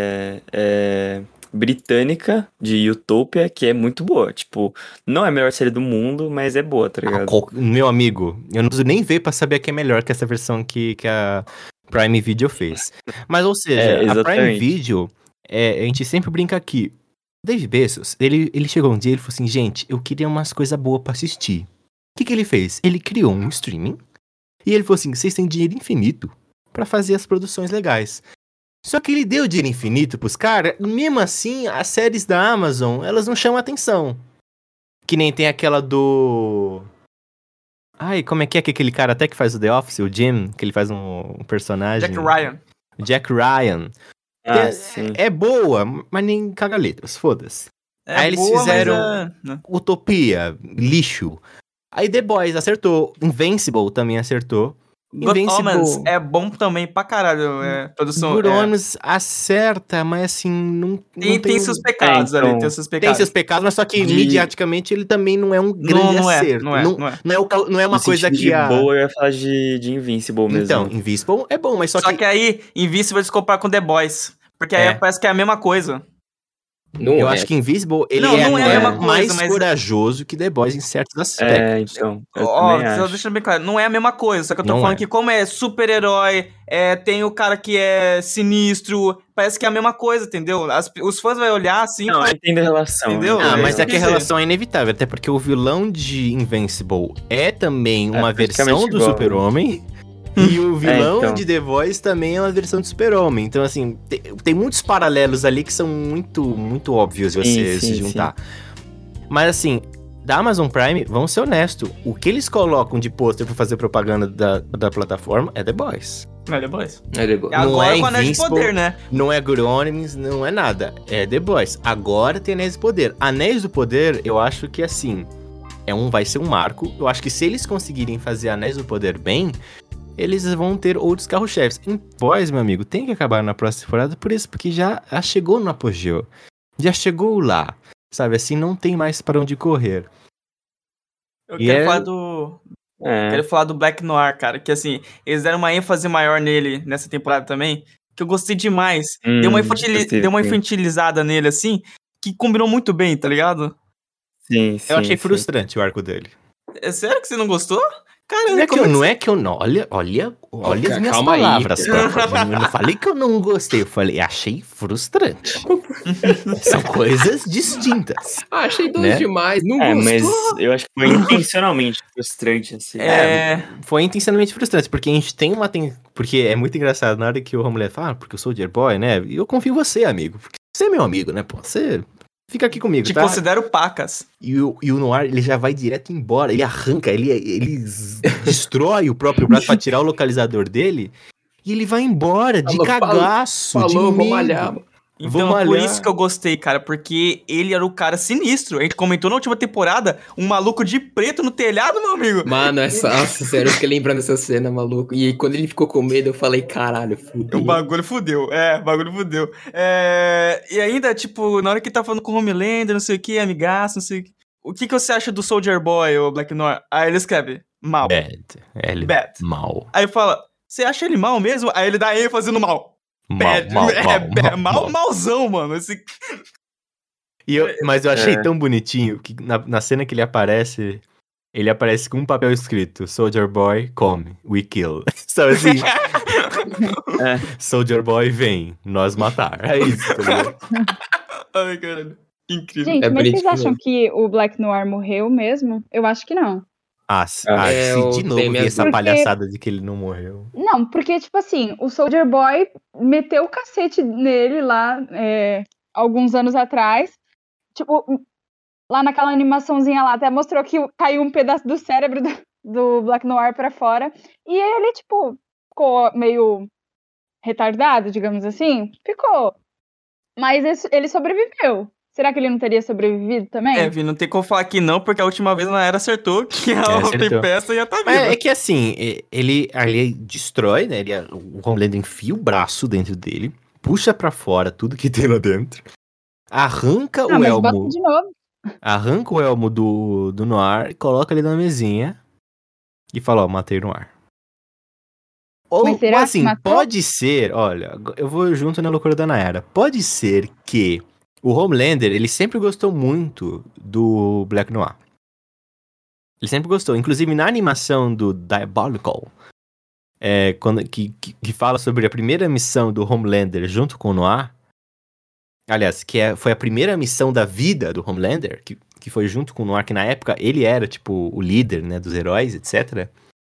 é britânica, de Utopia, que é muito boa. Tipo, não é a melhor série do mundo, mas é boa, tá ligado? meu amigo, eu não preciso nem ver pra saber que é melhor que essa versão que a Prime Video fez. Mas, ou seja, a Prime exatamente. Video, a gente sempre brinca aqui. Dave Bezos, ele chegou um dia e ele falou assim, gente, eu queria umas coisas boas pra assistir. O que ele fez? Ele criou um streaming e ele falou assim, vocês têm dinheiro infinito pra fazer as produções legais. Só que ele deu dinheiro infinito pros caras, mesmo assim, as séries da Amazon, elas não chamam atenção. Que nem tem aquela do... Ai, como é que aquele cara até que faz o The Office, o Jim, que ele faz um personagem... Jack Ryan. Sim. É boa, mas nem caga letras, foda-se. Aí eles boa, fizeram Utopia, lixo. Aí The Boys acertou. Invincible também acertou. Good Omens é bom também pra caralho. Produção. Good Omens acerta, mas assim, não tem seus pecados ali, tem seus pecados. Tem seus pecados, mas só que mediaticamente ele também não é um grande acerto. Não é uma coisa que boa, eu ia falar de Invincible mesmo. Então, Invincible é bom, mas só que aí, Invincible se comparar com The Boys. Porque aí parece que é a mesma coisa. Eu acho que Invincible, ele é mais corajoso que The Boys em certos aspectos. Então. Só deixando bem claro, não é a mesma coisa. Só que eu tô falando que como é super-herói, tem o cara que é sinistro, parece que é a mesma coisa, entendeu? Os fãs vão olhar assim... Não, eu entendo a relação. Entendeu? Mas é que a relação é inevitável, até porque o vilão de Invincible é também uma versão do Super-Homem... E o vilão de The Voice também é uma versão do Super-Homem. Então, assim, tem muitos paralelos ali que são muito, muito óbvios de você se juntar. Sim. Mas, assim, da Amazon Prime, vamos ser honestos, o que eles colocam de pôster pra fazer propaganda da plataforma é The Boys. É The Boys. Não é com Anéis de Poder, né? Não é Good Omens, não é nada. É The Boys. Agora tem Anéis do Poder. Anéis do Poder, eu acho que, assim, vai ser um marco. Eu acho que se eles conseguirem fazer Anéis do Poder bem... eles vão ter outros carro-chefes. Em Boys, meu amigo, tem que acabar na próxima temporada por isso, porque já chegou no apogeu. Já chegou lá. Sabe, assim, não tem mais para onde correr. Eu quero falar do Black Noir, cara, que assim, eles deram uma ênfase maior nele nessa temporada também, que eu gostei demais. Deu uma infantilizada nele, assim, que combinou muito bem, tá ligado? Sim. Eu achei frustrante o arco dele. É sério que você não gostou? Cara, não é que eu não. Olha as minhas palavras. Eu não falei que eu não gostei, eu falei, achei frustrante. São coisas distintas. Achei doido demais, não gostou. Mas eu acho que foi intencionalmente frustrante, assim. Foi intencionalmente frustrante, porque a gente tem uma... Porque é muito engraçado, na hora que o mulher fala, porque eu sou o Soldier Boy, né? E eu confio em você, amigo. Porque você é meu amigo, né, pô? Você... Fica aqui comigo, Te tá? considero pacas. E o Noir, ele já vai direto embora. Ele arranca, ele destrói o próprio braço pra tirar o localizador dele. E ele vai embora de cagaço. Falou, vou malhar. Então, por isso que eu gostei, cara. Porque ele era o cara sinistro. A gente comentou na última temporada, um maluco de preto no telhado, meu amigo. Mano, nossa, sério, eu fiquei lembrando dessa cena, maluco. E quando ele ficou com medo, eu falei, caralho, fudeu. O bagulho fudeu. E ainda, tipo, na hora que ele tá falando com o Homelander, não sei o que, amigaço, não sei o que. O que você acha do Soldier Boy, ou Black Noir? Aí ele escreve, mal. Bad. Mal. Aí fala, você acha ele mal mesmo? Aí ele dá ênfase no mal. Malzão, mano. Mas eu achei tão bonitinho que na cena que ele aparece com um papel escrito: Soldier Boy, come, we kill. Sabe assim? Soldier Boy, vem, nós matar. É isso, tá ligado? Ai, caralho. Incrível. Gente, mas vocês acham que o Black Noir morreu mesmo? Eu acho que não. Se de novo vi essa palhaçada de que ele não morreu. Não, porque, tipo assim, o Soldier Boy meteu o cacete nele lá alguns anos atrás. Tipo, lá naquela animaçãozinha lá, até mostrou que caiu um pedaço do cérebro do Black Noir pra fora. E ele, tipo, ficou meio retardado, digamos assim? Ficou. Mas ele sobreviveu. Será que ele não teria sobrevivido também? Vi, não tem como falar que não, porque a última vez na era acertou que a acertou. Tempesta ia estar Mas viva. é que assim, ele destrói, né? O Homelander enfia o braço dentro dele, puxa pra fora tudo que tem lá dentro, arranca o mas elmo. bota de novo. Arranca o elmo do Noir, coloca ele na mesinha e fala, ó, matei o Noir. Ou, Mas será assim, que matou? pode ser, olha, eu vou junto na loucura da Nayara. Pode ser que o Homelander, ele sempre gostou muito do Black Noir. Ele sempre gostou. Inclusive, na animação do Diabolical, que fala sobre a primeira missão do Homelander junto com o Noir, aliás, foi a primeira missão da vida do Homelander, que foi junto com o Noir, que na época ele era, tipo, o líder, né, dos heróis, etc.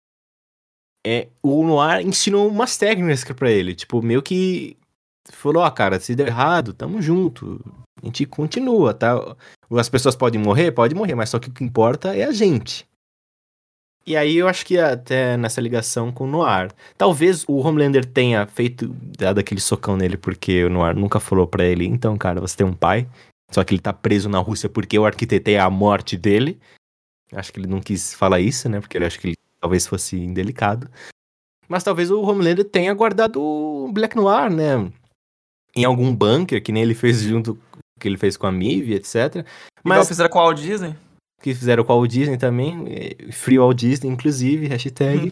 O Noir ensinou umas técnicas pra ele, tipo, meio que falou, ó, cara, se der errado, tamo junto, a gente continua, tá? As pessoas podem morrer, mas só que o que importa é a gente. E aí eu acho que até nessa ligação com o Noir, talvez o Homelander tenha dado aquele socão nele, porque o Noir nunca falou pra ele, então, cara, você tem um pai, só que ele tá preso na Rússia porque eu arquitetei a morte dele. Acho que ele não quis falar isso, né, porque ele acha que ele talvez fosse indelicado. Mas talvez o Homelander tenha guardado o Black Noir, né? Em algum bunker, que nem ele fez junto que ele fez com a Mive, etc. Igual fizeram com a Walt Disney. Que fizeram com a Walt Disney também. Free Walt Disney, inclusive, hashtag.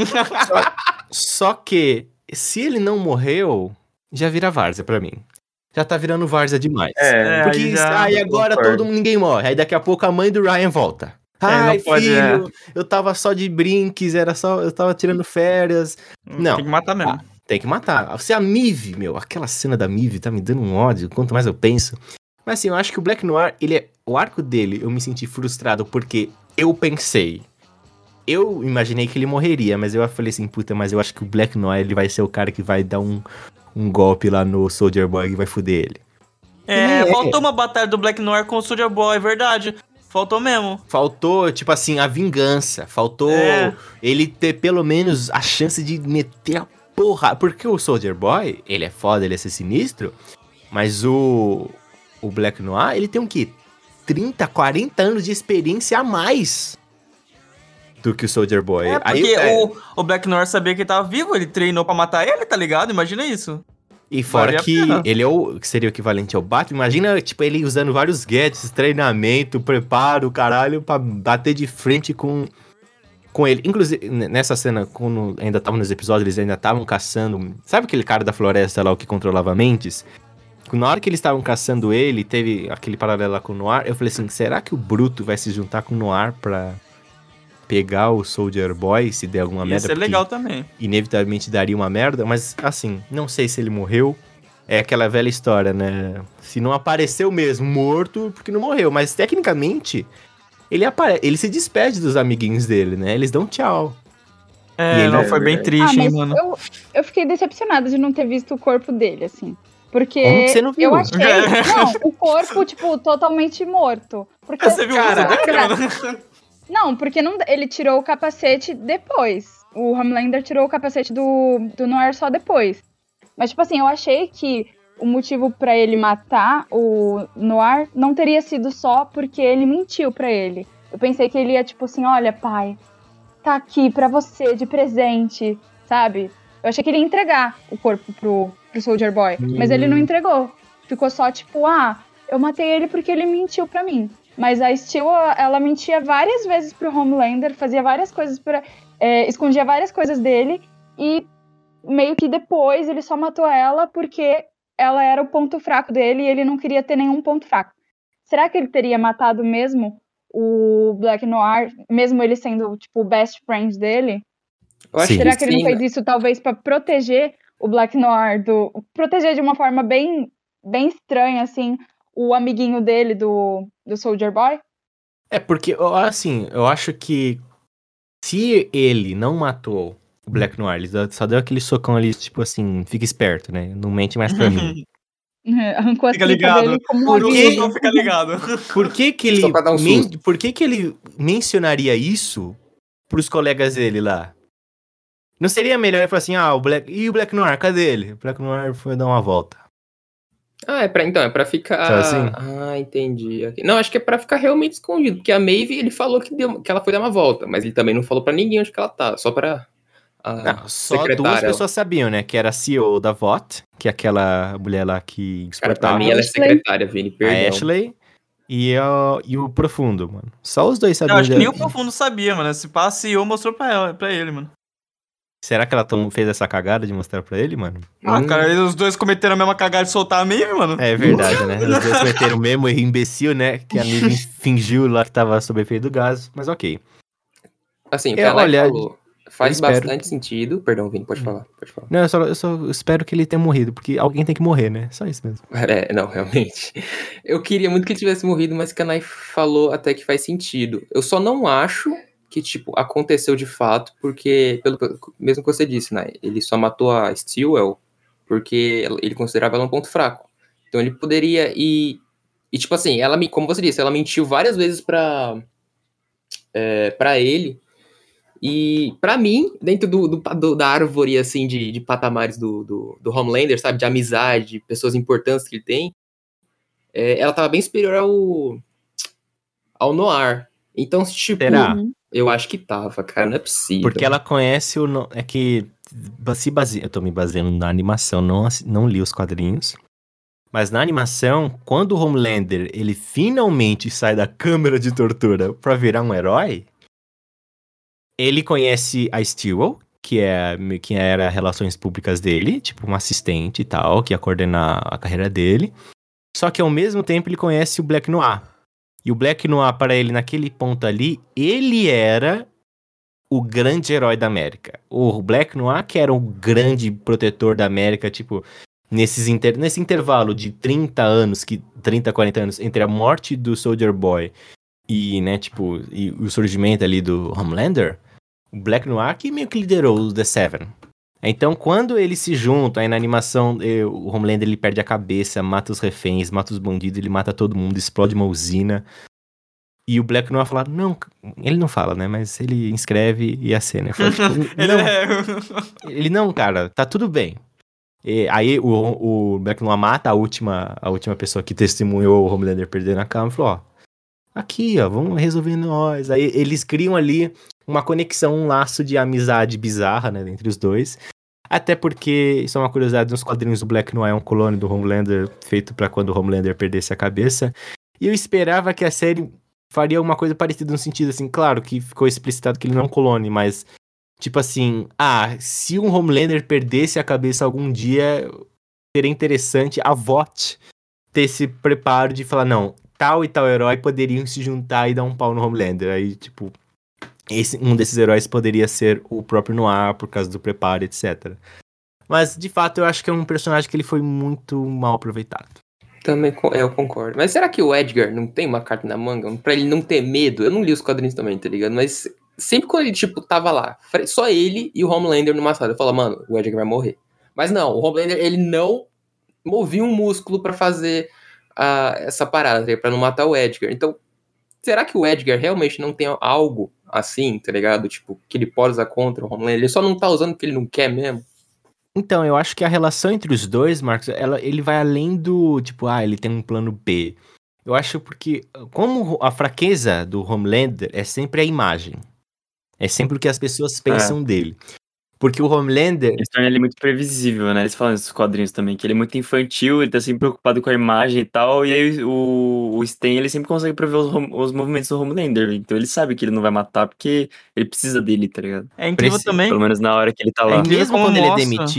Só que, se ele não morreu, já vira várzea pra mim. Já tá virando várzea demais. Porque, aí agora ninguém morre. Aí daqui a pouco a mãe do Ryan volta. Ai, filho, eu tava só de brinques, eu tava tirando férias. Não. Tem que matar mesmo. Tem que matar. Se a Mive, aquela cena da Mive tá me dando um ódio, quanto mais eu penso. Mas assim, eu acho que o Black Noir, o arco dele, eu me senti frustrado porque eu imaginei que ele morreria, mas eu falei assim, puta, mas eu acho que o Black Noir, ele vai ser o cara que vai dar um golpe lá no Soldier Boy e vai foder ele. Faltou uma batalha do Black Noir com o Soldier Boy, é verdade. Faltou mesmo. Faltou, tipo assim, a vingança. Faltou ele ter pelo menos a chance de meter a porra. Porque o Soldier Boy, ele é foda, ele é ser sinistro. Mas o Black Noir, ele tem 30, 40 anos de experiência a mais do que o Soldier Boy. Porque o Black Noir sabia que ele tava vivo, ele treinou pra matar ele, tá ligado? Imagina isso. E fora que ele que seria o equivalente ao Batman. Imagina, tipo, ele usando vários gadgets, treinamento, preparo, caralho, pra bater de frente com ele. Inclusive, nessa cena, quando ainda estavam nos episódios, eles ainda estavam caçando... Sabe aquele cara da floresta lá, o que controlava mentes? Na hora que eles estavam caçando ele, teve aquele paralelo lá com o Noir, eu falei assim, será que o Bruto vai se juntar com o Noir pra pegar o Soldier Boy, se der alguma merda? Isso é legal também. Inevitavelmente daria uma merda, mas assim, não sei se ele morreu. É aquela velha história, né? Se não apareceu mesmo morto, porque não morreu. Mas tecnicamente, ele se despede dos amiguinhos dele, né? Eles dão tchau. Foi bem triste, hein, mano? Eu fiquei decepcionada de não ter visto o corpo dele, assim. Porque como que você não viu? Eu achei... Não, o corpo, tipo, totalmente morto. Porque, você viu Não, porque ele tirou o capacete depois. O Homelander tirou o capacete do Noir só depois. Mas, tipo assim, eu achei que o motivo pra ele matar o Noir não teria sido só porque ele mentiu pra ele. Eu pensei que ele ia, tipo assim, olha, pai, tá aqui pra você de presente, sabe? Eu achei que ele ia entregar o corpo pro Soldier Boy. Mas ele não entregou. Ficou só, tipo, eu matei ele porque ele mentiu pra mim. Mas a Steel, ela mentia várias vezes pro Homelander, fazia várias coisas escondia várias coisas dele, e meio que depois ele só matou ela porque ela era o ponto fraco dele e ele não queria ter nenhum ponto fraco. Será que ele teria matado mesmo o Black Noir, mesmo ele sendo, tipo, o best friend dele? Será que ele não fez isso talvez pra proteger o Black Noir, proteger de uma forma bem, bem estranha, assim, o amiguinho dele do Soldier Boy? Porque, assim, eu acho que se ele não matou o Black Noir, ele só deu aquele socão ali, tipo assim, fica esperto, né? Não mente mais pra mim. Arrancou a fica ligado. Dele como um fica ligado. Por que ele mencionaria isso pros colegas dele lá? Não seria melhor ele falar assim, e o Black Noir, cadê ele? O Black Noir foi dar uma volta. É pra ficar... Sabe assim? Entendi. Não, acho que é pra ficar realmente escondido, porque a Maeve, ele falou que ela foi dar uma volta, mas ele também não falou pra ninguém onde que ela tá, só pra Não, só duas pessoas sabiam, né? Que era a CEO da VOT, que é aquela mulher lá que Cara, pra exportava. mim ela é secretária, Vini, perdão. A Ashley e o Profundo, mano. Só os dois Eu sabiam. acho que nem o Profundo sabia, mano. Se pá, a CEO mostrou pra ele, mano. Será que ela fez essa cagada de mostrar pra ele, mano? Cara, os dois cometeram a mesma cagada de soltar a Maeve, mano. É verdade, né? Os dois cometeram o mesmo erro imbecil, né? Que a Maeve fingiu lá que tava sob efeito do gás, mas ok. Assim, o que a Nai falou faz espero bastante sentido. Perdão, Vini, pode falar. Não, eu só espero que ele tenha morrido, porque alguém tem que morrer, né? Só isso mesmo. Não, realmente. Eu queria muito que ele tivesse morrido, mas o que a Nai falou até que faz sentido. Eu só não acho que, tipo, aconteceu de fato, porque, mesmo que você disse, né? Ele só matou a Stillwell porque ele considerava ela um ponto fraco. Então ele poderia ir... E, tipo assim, como você disse, ela mentiu várias vezes pra ele. E, pra mim, dentro da árvore, assim, de patamares do Homelander, sabe? De amizade, de pessoas importantes que ele tem, ela tava bem superior ao Noir. Então, tipo... Será? Eu acho que tava, cara, não é possível. Porque ela conhece é que eu tô me baseando na animação, não li os quadrinhos. Mas na animação, quando o Homelander, ele finalmente sai da câmara de tortura pra virar um herói, ele conhece a Stillwell, que era relações públicas dele, tipo uma assistente e tal, que ia coordenar a carreira dele. Só que ao mesmo tempo ele conhece o Black Noir. E o Black Noir, para ele, naquele ponto ali, ele era o grande herói da América. O Black Noir, que era o grande protetor da América, tipo, nesse intervalo de 30, 40 anos, entre a morte do Soldier Boy e, né, tipo, e o surgimento ali do Homelander, o Black Noir que meio que liderou os The Seven. Então, quando eles se juntam, aí na animação, o Homelander, ele perde a cabeça, mata os reféns, mata os bandidos, ele mata todo mundo, explode uma usina. E o Black Noir fala, não, ele não fala, né, mas ele escreve e acena. Fala, tipo, ele não, cara, tá tudo bem. E aí o Black Noir mata a última pessoa que testemunhou o Homelander perder na cama e falou, ó, aqui, ó, vamos resolver nós. Aí eles criam ali uma conexão, um laço de amizade bizarra, né, entre os dois. Até porque, isso é uma curiosidade, nos quadrinhos do Black Noir é um clone do Homelander, feito pra quando o Homelander perdesse a cabeça. E eu esperava que a série faria alguma coisa parecida no sentido, assim, claro que ficou explicitado que ele não é um clone, mas, tipo assim, se um Homelander perdesse a cabeça algum dia, seria interessante a VOT ter esse preparo de falar, não, tal e tal herói poderiam se juntar e dar um pau no Homelander. Aí, tipo, um desses heróis poderia ser o próprio Noir, por causa do preparo, etc. Mas, de fato, eu acho que é um personagem que ele foi muito mal aproveitado. Também eu concordo. Mas será que o Edgar não tem uma carta na manga? Pra ele não ter medo? Eu não li os quadrinhos também, tá ligado? Mas sempre quando ele, tipo, tava lá, só ele e o Homelander numa sala, eu falo, mano, o Edgar vai morrer. Mas não, o Homelander, ele não movia um músculo pra fazer essa parada, tá ligado? Pra não matar o Edgar. Então, será que o Edgar realmente não tem algo assim, tá ligado? Tipo, que ele pode usar contra o Homelander? Ele só não tá usando porque ele não quer mesmo? Então, eu acho que a relação entre os dois, Marcos, ele vai além do, tipo, ele tem um plano B. Eu acho porque, como a fraqueza do Homelander é sempre a imagem. É sempre o que as pessoas pensam dele. Porque o Homelander... Eles tornam ele muito previsível, né? Eles falam nesses quadrinhos também, que ele é muito infantil, ele tá sempre preocupado com a imagem e tal, e aí o Stan, ele sempre consegue prever os movimentos do Homelander, então ele sabe que ele não vai matar porque ele precisa dele, tá ligado? É incrível também. Pelo menos na hora que ele tá lá. Mesmo quando ele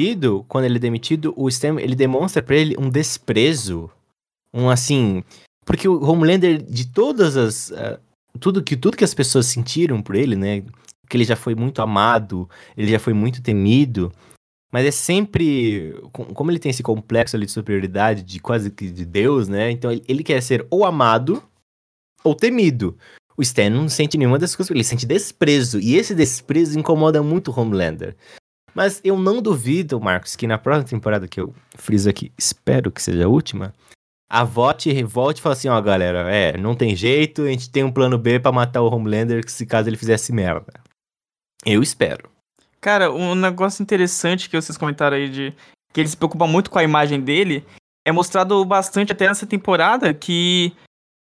é demitido, o Stan, ele demonstra pra ele um desprezo, assim... Porque o Homelander, de todas as... tudo que as pessoas sentiram por ele, né? Que ele já foi muito amado, ele já foi muito temido, mas é sempre, como ele tem esse complexo ali de superioridade, de quase que de Deus, né, então ele quer ser ou amado ou temido. O Stan não sente nenhuma dessas coisas, ele sente desprezo, e esse desprezo incomoda muito o Homelander. Mas eu não duvido, Marcos, que na próxima temporada, que eu friso aqui, espero que seja a última, a VOT revolte e fala assim, galera, não tem jeito, a gente tem um plano B pra matar o Homelander, se caso ele fizesse merda. Eu espero. Cara, um negócio interessante que vocês comentaram aí de que ele se preocupa muito com a imagem dele é mostrado bastante até nessa temporada que,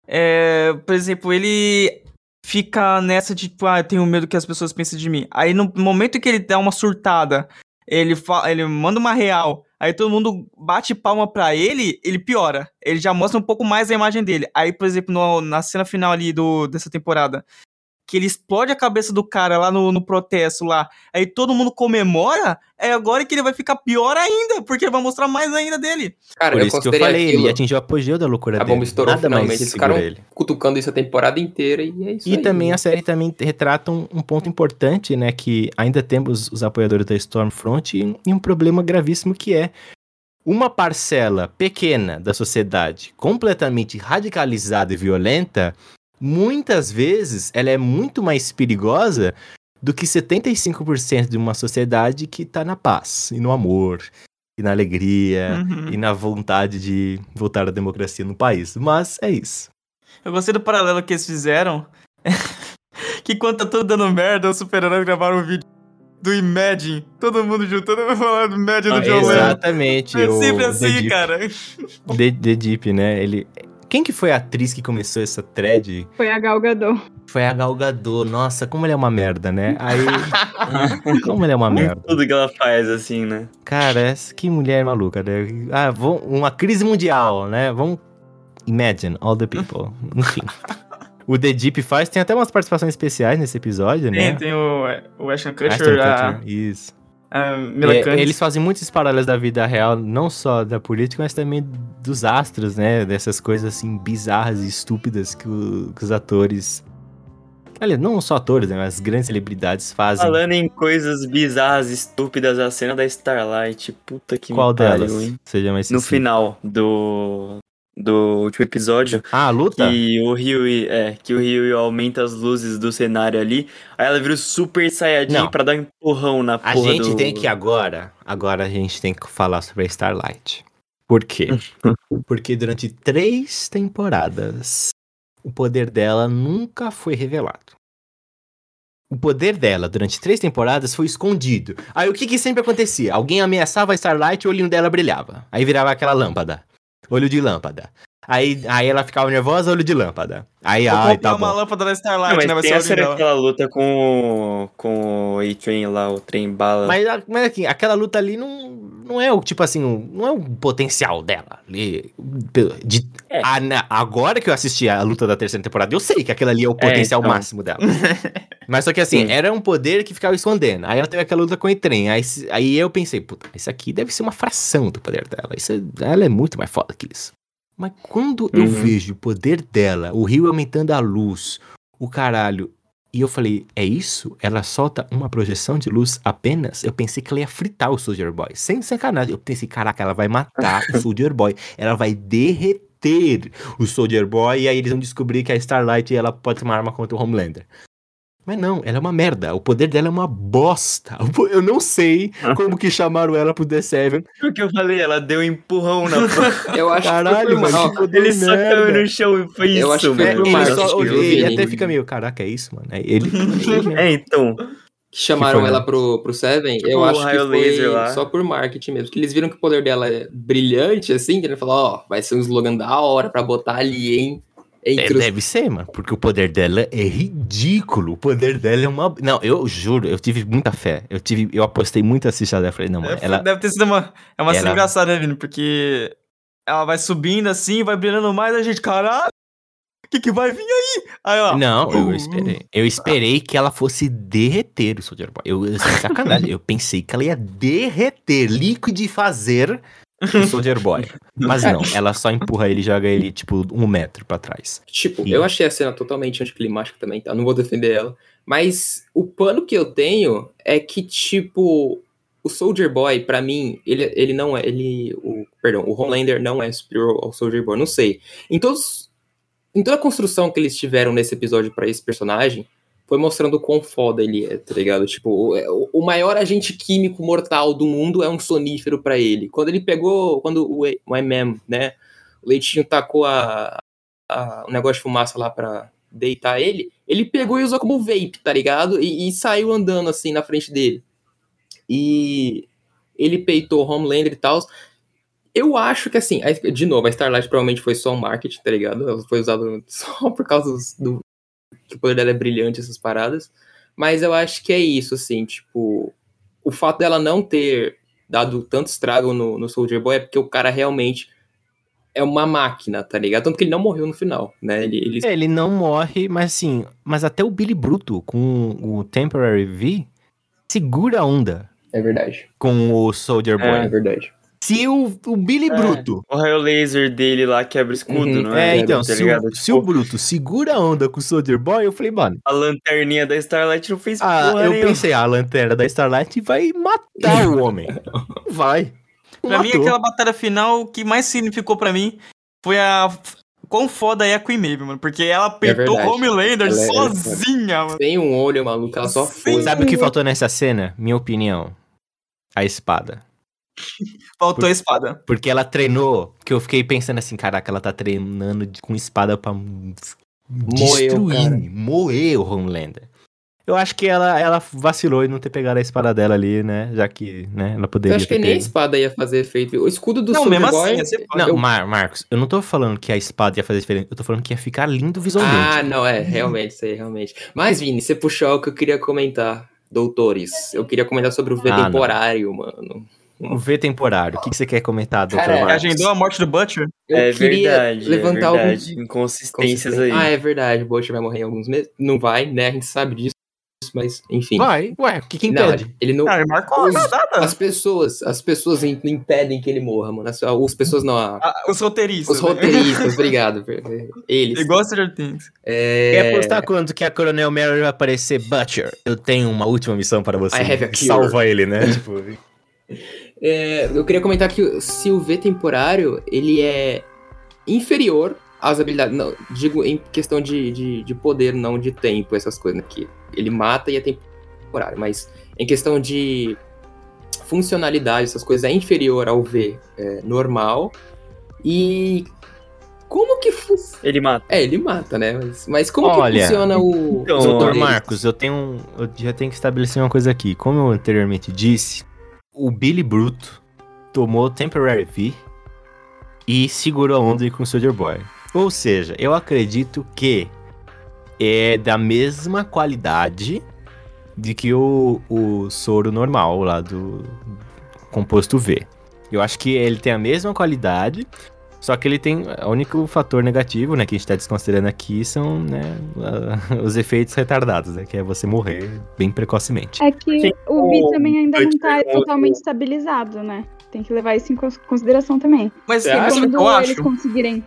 por exemplo, ele fica nessa de, tipo, eu tenho medo que as pessoas pensem de mim. Aí no momento que ele dá uma surtada, ele manda uma real, aí todo mundo bate palma pra ele, ele piora. Ele já mostra um pouco mais a imagem dele. Aí, por exemplo, na cena final ali dessa temporada, que ele explode a cabeça do cara lá no protesto lá, aí todo mundo comemora, é agora que ele vai ficar pior ainda, porque ele vai mostrar mais ainda dele. Cara, Por eu isso que eu considerei falei, aquilo... ele atingiu o apogeu da loucura A dele. bomba estourou Nada mais finalmente. Eles segura ficaram ele. cutucando isso a temporada inteira e é isso E aí. também né? a série também retrata um ponto importante, né? Que ainda temos os apoiadores da Stormfront e um problema gravíssimo que é uma parcela pequena da sociedade completamente radicalizada e violenta, muitas vezes ela é muito mais perigosa do que 75% de uma sociedade que tá na paz, e no amor, e na alegria, Uhum. e na vontade de voltar à democracia no país. Mas é isso. Eu gostei do paralelo que eles fizeram, que quando tá tudo dando merda, os super-heróis gravaram um vídeo do Imagine, todo mundo juntando pra falar do Imagine do John Lennon. Exatamente. É sempre The assim, Deep. cara. The Deep, né? Quem que foi a atriz que começou essa thread? Foi a Gal Gadot. Foi a Gal Gadot. Nossa, como ele é uma merda, né? Aí... como ele é uma merda. Tudo que ela faz, assim, né? Cara, que mulher maluca, né? Uma crise mundial, né? Vamos... Imagine all the people. Enfim. O The Deep faz... Tem até umas participações especiais nesse episódio, né? Tem o Ashton Kutcher, Ashton Kutcher, isso. a Mila Kunis. Eles fazem muitos paralelos da vida real, não só da política, mas também dos astros, né? Dessas coisas assim bizarras e estúpidas que os atores... Aliás, não só atores, né? Mas grandes celebridades fazem. Falando em coisas bizarras, estúpidas, a cena da Starlight, puta que Qual me pariu, delas? hein? Seja mais No específico. final do último episódio, Ah, a luta? que o Ryui aumenta as luzes do cenário ali, aí ela vira o Super Saiyajin Não. pra dar um empurrão na A porra gente do... tem que agora a gente tem que falar sobre a Starlight. Por quê? Porque durante 3 temporadas, o poder dela nunca foi revelado. O poder dela, durante 3 temporadas, foi escondido. Aí o que sempre acontecia? Alguém ameaçava a Starlight e o olhinho dela brilhava. Aí virava aquela lâmpada. Olho de lâmpada. Aí ela ficava nervosa, olho de lâmpada. Aí, Vou comprar tá uma bom. lâmpada da Não, Starlight, mas né? Vai tem ser a o olhinho série dela. aquela luta com o A-Train lá, o trem bala. Mas assim, aquela luta ali não é o, tipo assim, não é o potencial dela. Agora que eu assisti a luta da 3ª temporada, eu sei que aquela ali é o potencial então. máximo dela. Mas só que assim, Sim. era um poder que ficava escondendo. Aí ela teve aquela luta com o E-Trem. Aí eu pensei, puta, isso aqui deve ser uma fração do poder dela. Ela é muito mais foda que isso. Mas quando eu vejo o poder dela, o rio aumentando a luz, o caralho, e eu falei, é isso? Ela solta uma projeção de luz apenas? Eu pensei que ela ia fritar o Soldier Boy. Sem sacanagem. Eu pensei, caraca, ela vai matar o Soldier Boy. Ela vai derreter o Soldier Boy e aí eles vão descobrir que a Starlight ela pode ser uma arma contra o Homelander. Mas não, ela é uma merda. O poder dela é uma bosta. Eu não sei como que chamaram ela pro The Seven. Porque eu falei, ela deu um empurrão na porra. Eu acho Caralho, que foi mano, mal. que poder Ele só merda. caiu no chão e foi Eu acho isso, que foi mano. pro Ele marketing, só eu vi, ele Vini. até fica meio, caraca, é isso, mano? Ele Então. Que chamaram Que foi, ela né? pro Seven, Tipo eu o acho que raio laser foi lá. só por marketing mesmo. Que eles viram que o poder dela é brilhante, assim, que ele falou, ó, vai ser um slogan da hora pra botar ali, hein? deve ser, mano, porque o poder dela é ridículo. O poder dela é uma... Não, eu juro, eu tive muita fé. Eu apostei muito assistir dela. Eu falei, não, mano, ela... Deve ter sido uma cena ela- engraçada, né, Vini? Porque ela vai subindo assim, vai brilhando mais, a gente, caralho, o que vai vir aí? Aí, ó. Não, eu esperei. Eu esperei que ela fosse derreter o Soldier Boy. Sem sacanagem. Eu pensei que ela ia derreter, liquidifazer o Soldier Boy. Mas não, ela só empurra ele e joga ele, tipo, 1 metro pra trás. Tipo, E- eu achei a cena totalmente anticlimática também, tá? Não vou defender ela. Mas o pano que eu tenho é que, tipo, o Soldier Boy, pra mim, ele não é. O Homelander não é superior ao Soldier Boy. Não sei. Em toda a construção que eles tiveram nesse episódio pra esse personagem, foi mostrando o quão foda ele é, tá ligado? Tipo, o maior agente químico mortal do mundo é um sonífero pra ele. Quando o MM, né? O Leitinho tacou o negócio de fumaça lá pra deitar ele pegou e usou como vape, tá ligado? E saiu andando assim na frente dele. e ele peitou o Homelander e tal. Eu acho que, assim, de novo, a Starlight provavelmente foi só um marketing, tá ligado? Ela foi usada só por causa do que o poder dela é brilhante, essas paradas. Mas eu acho que é isso, assim, tipo... O fato dela não ter dado tanto estrago no Soldier Boy é porque o cara realmente é uma máquina, tá ligado? Tanto que ele não morreu no final, né? Ele não morre, mas assim... Mas até o Billy Bruto, com o Temporary V, segura a onda É verdade. com o Soldier Boy. É verdade. Se o Billy Bruto... O raio laser dele lá quebra o escudo, não é? então, Tá se ligado? o Bruto segura a onda com o Soldier Boy, eu falei, mano... A lanterninha da Starlight não fez porra eu nenhuma. pensei, a lanterna da Starlight vai matar o homem. Vai. Pra mim, aquela batalha final, o que mais significou pra mim foi a... Quão foda é a Queen Maeve, mano. Porque ela apertou o Homelander sozinha, mano. Sem um olho, maluco, ela só foi. Sabe o que faltou nessa cena? Minha opinião. A espada. Faltou a espada. Porque ela treinou, que eu fiquei pensando assim, caraca, ela tá treinando com espada pra destruir, moer o Homelander. Eu acho que ela vacilou em não ter pegado a espada dela ali, né? Já que, né, ela poderia. Eu acho que nem a espada ia fazer efeito. O escudo do Soldier Boy... Não, Marcos, eu não tô falando que a espada ia fazer diferença, eu tô falando que ia ficar lindo visualmente. Ah, não, realmente, isso aí, realmente. Mas, Vini, você puxou o que eu queria comentar, doutores. Eu queria comentar sobre o V temporário, mano. O V temporário, o que você quer comentar, doutor Marcos? Agendou a morte do Butcher? Eu queria levantar alguns inconsistências aí. É verdade, o Butcher vai morrer em alguns meses. Não vai, né? A gente sabe disso. Mas, enfim. Ué, o que impede? Não, ele não... ele marcou as pessoas impedem que ele morra, mano. As pessoas não... Os roteiristas. Os roteiristas, obrigado. Eles. Igual Stranger Things. Quer apostar quando que a Coronel Mary vai aparecer? Butcher, eu tenho uma última missão para você. Salva ele, né? Tipo... eu queria comentar que se o V temporário, ele é inferior às habilidades, não, digo em questão de poder, não de tempo, essas coisas, né, que ele mata e é temporário, mas em questão de funcionalidade, essas coisas, é inferior ao V normal. E como que ele mata. Ele mata, né? Mas como que funciona o... Então, doutor Marcos, eu já tenho que estabelecer uma coisa aqui. Como eu anteriormente disse, o Billy Bruto tomou Temporary V e segurou a onda com o Soldier Boy. Ou seja, eu acredito que é da mesma qualidade de que o soro normal lá do composto V. Eu acho que ele tem a mesma qualidade, só que ele tem... O único fator negativo, né, que a gente tá desconsiderando aqui são, né, os efeitos retardados, né, que é você morrer bem precocemente. É que o V também ainda não tá totalmente estabilizado, né? Tem que levar isso em consideração também. Mas quando eu acho... eles conseguirem...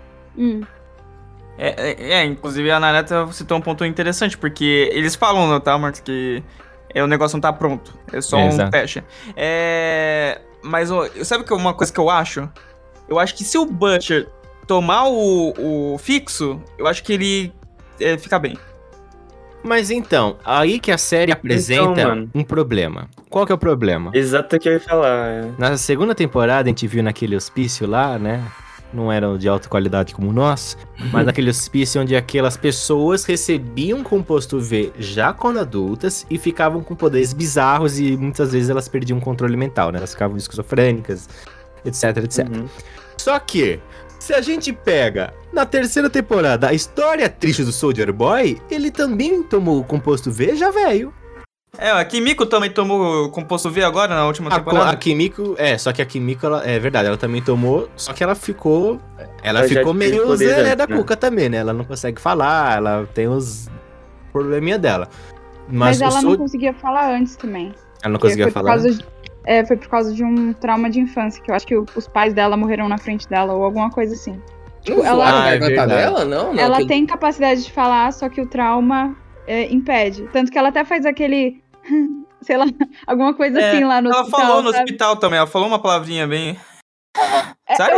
Inclusive a Naneta citou um ponto interessante, porque eles falam, tá, Marcos, que o negócio não tá pronto, é só um teste. Mas sabe uma coisa que eu acho? Eu acho que se o Butcher tomar o fixo, eu acho que ele fica bem. Mas então, aí que a série apresenta um problema. Qual que é o problema? Exato o que eu ia falar. Na segunda temporada, a gente viu naquele hospício lá, né? Não era de alta qualidade como o nosso, mas naquele hospício onde aquelas pessoas recebiam composto V já quando adultas e ficavam com poderes bizarros e muitas vezes elas perdiam o controle mental, né? Elas ficavam esquizofrênicas, etc, etc. Só que, se a gente pega na terceira temporada a história triste do Soldier Boy, ele também tomou o composto V já velho. A Kimiko também tomou o composto V agora na última temporada? A Kimiko, só que a Kimiko, é verdade, ela também tomou, só que ela ficou meio Zé da Cuca também, né? Ela não consegue falar, ela tem os probleminha dela. Mas ela não conseguia falar antes também. Ela não conseguia falar? Foi por causa de um trauma de infância, que eu acho que os pais dela morreram na frente dela, ou alguma coisa assim. Tipo, ela tem capacidade de falar, só que o trauma impede. Tanto que ela até faz aquele... sei lá, alguma coisa assim lá no hospital. Ela falou no hospital também, ela falou uma palavrinha bem... Sabe?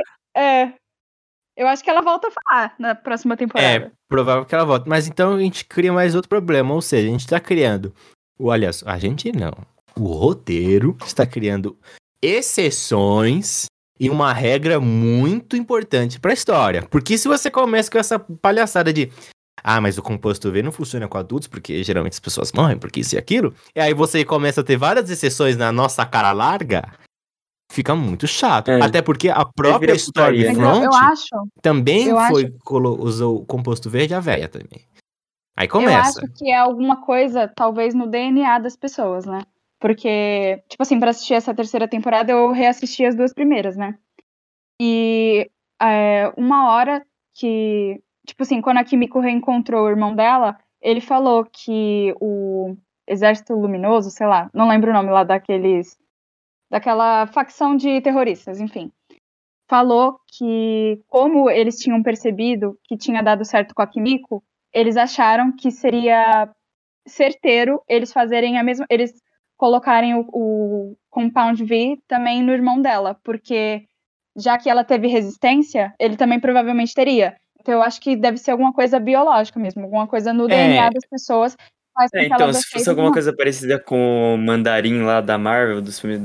Eu acho que ela volta a falar na próxima temporada. É provável que ela volte. Mas então a gente cria mais outro problema. Ou seja, a gente tá criando... Aliás, a gente não. O roteiro está criando exceções e uma regra muito importante pra história. Porque se você começa com essa palhaçada de... Ah, mas o composto V não funciona com adultos, porque geralmente as pessoas morrem, porque isso e aquilo. E aí você começa a ter várias exceções na nossa cara larga, fica muito chato. É. Até porque a própria vira putaria, Mas né? Stormfront eu acho, também eu usou o composto verde a véia também. Aí eu começa. acho que é alguma coisa, talvez, no DNA das pessoas, né? Porque, tipo assim, pra assistir essa terceira temporada, eu reassisti as 2 primeiras, né? E uma hora que, tipo assim, quando a Kimiko reencontrou o irmão dela, ele falou que o Exército Luminoso, sei lá, não lembro o nome lá daquela facção de terroristas, enfim, falou que, como eles tinham percebido que tinha dado certo com a Kimiko, eles acharam que seria certeiro eles fazerem a mesma, eles colocarem o Compound V também no irmão dela, porque já que ela teve resistência, ele também provavelmente teria. Então eu acho que deve ser alguma coisa biológica mesmo, alguma coisa no DNA das pessoas que faz com que Então, elas se fosse aceitem alguma ou não. coisa parecida com o Mandarim lá da Marvel, dos filmes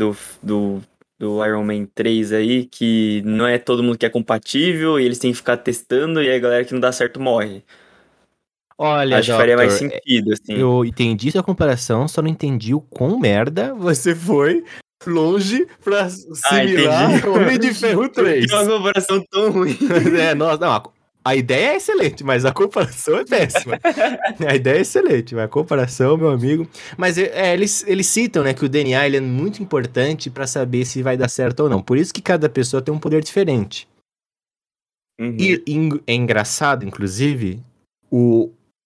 do Iron Man 3 aí, que não é todo mundo que é compatível e eles têm que ficar testando e aí a galera que não dá certo morre. Olha, Acho que faria mais Doctor, sentido, assim. eu entendi sua comparação, só não entendi o quão merda você foi longe pra similar entendi. Homem de Ferro Por que 3. uma comparação tão ruim? Nossa, não, a ideia é excelente, mas a comparação é péssima. A ideia é excelente, mas a comparação, meu amigo... Mas eles citam, né, que o DNA ele é muito importante pra saber se vai dar certo ou não. Por isso que cada pessoa tem um poder diferente. Uhum. E é engraçado, inclusive, o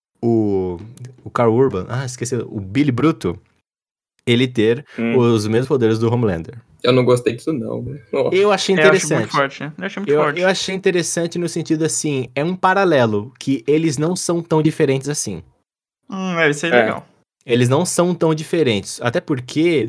Carl Urban, esqueci, o Billy Bruto, ele ter os mesmos poderes do Homelander. Eu não gostei disso, não. Eu achei Eu acho muito interessante. forte, né? Eu achei muito forte. Eu achei interessante no sentido assim, é um paralelo, que eles não são tão diferentes assim. Isso aí é legal. Eles não são tão diferentes, até porque,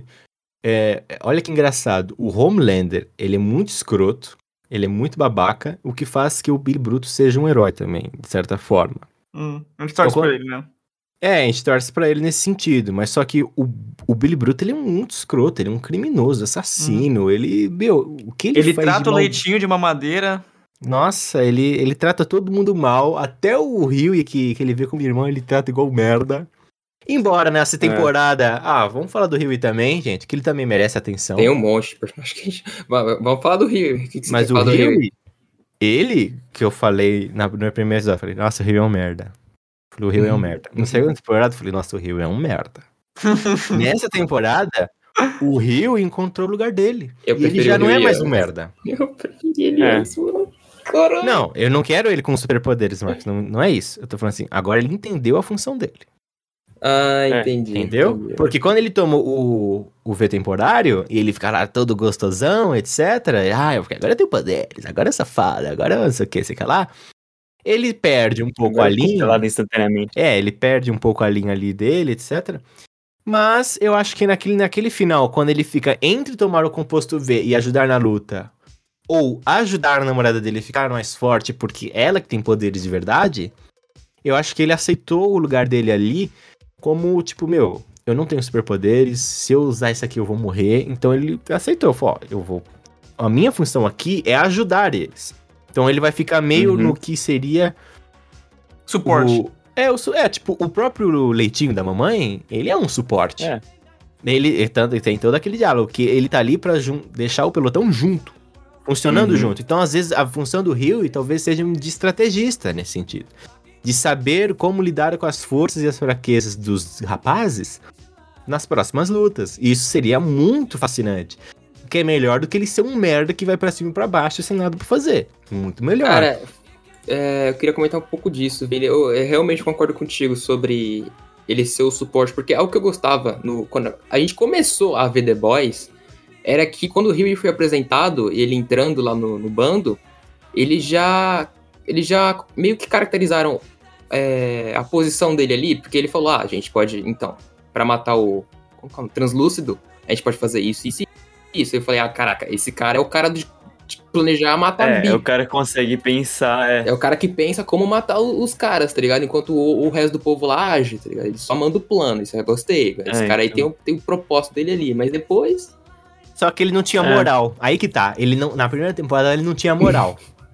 olha que engraçado, o Homelander, ele é muito escroto, ele é muito babaca, o que faz que o Billy Bruto seja um herói também, de certa forma. A gente torce por ele, né? A gente torce pra ele nesse sentido, mas só que o Billy Bruto, ele é muito escroto, ele é um criminoso, assassino, ele, o que ele faz trata de o mal... leitinho de mamadeira. Nossa, ele trata todo mundo mal, até o Rio que ele vê como irmão, ele trata igual merda. Embora nessa temporada, vamos falar do Rio também, gente, que ele também merece atenção. Tem um monte, acho que a gente... Vamos falar do Rio. O que você Mas quer o falar do Rio, Rio? ele, que eu falei na primeira episódio, eu falei, nossa, o Rio é um merda. O Rio é um merda. Na segunda temporada, eu falei, nossa, o Rio é um merda. Nessa temporada, o Rio encontrou o lugar dele. E ele já não é mais um merda. Eu preferi ele antes, mano. Caralho. Não, eu não quero ele com superpoderes, Marcos. Não é isso. Eu tô falando assim, agora ele entendeu a função dele. Entendi. Entendeu? Entendi. Porque quando ele toma o V temporário, e ele fica lá todo gostosão, etc. Agora eu tenho poderes, agora eu safado, agora eu não sei o que, sei lá. Ele perde um pouco a linha. Instantaneamente. Ele perde um pouco a linha ali dele, etc. Mas eu acho que naquele final, quando ele fica entre tomar o composto V e ajudar na luta, ou ajudar a namorada dele a ficar mais forte porque ela que tem poderes de verdade, eu acho que ele aceitou o lugar dele ali como, tipo, eu não tenho superpoderes, se eu usar isso aqui eu vou morrer, então ele aceitou, falou, a minha função aqui é ajudar eles. Então ele vai ficar meio no que seria... Suporte. Tipo, o próprio leitinho da mamãe, ele é um suporte. Ele tem todo aquele diálogo, que ele tá ali pra deixar o pelotão junto, funcionando junto. Então, às vezes, a função do Rio talvez seja de estrategista nesse sentido. De saber como lidar com as forças e as fraquezas dos rapazes nas próximas lutas. E isso seria muito fascinante. Que é melhor do que ele ser um merda que vai pra cima e pra baixo sem nada pra fazer. Muito melhor. Cara, eu queria comentar um pouco disso, Vini. Eu realmente concordo contigo sobre ele ser o suporte, porque algo que eu gostava quando a gente começou a ver The Boys era que quando o Huey foi apresentado, ele entrando lá no bando, eles já meio que caracterizaram a posição dele ali, porque ele falou, a gente pode, então, pra matar o translúcido, a gente pode fazer isso, isso e isso. Eu falei, caraca, esse cara é o cara de planejar matar É o cara que consegue pensar, É o cara que pensa como matar os caras, tá ligado? Enquanto o resto do povo lá age, tá ligado? Ele só manda o plano, isso eu gostei. Esse cara aí tem o propósito dele ali, mas depois... Só que ele não tinha moral. Aí que tá. Na primeira temporada ele não tinha moral.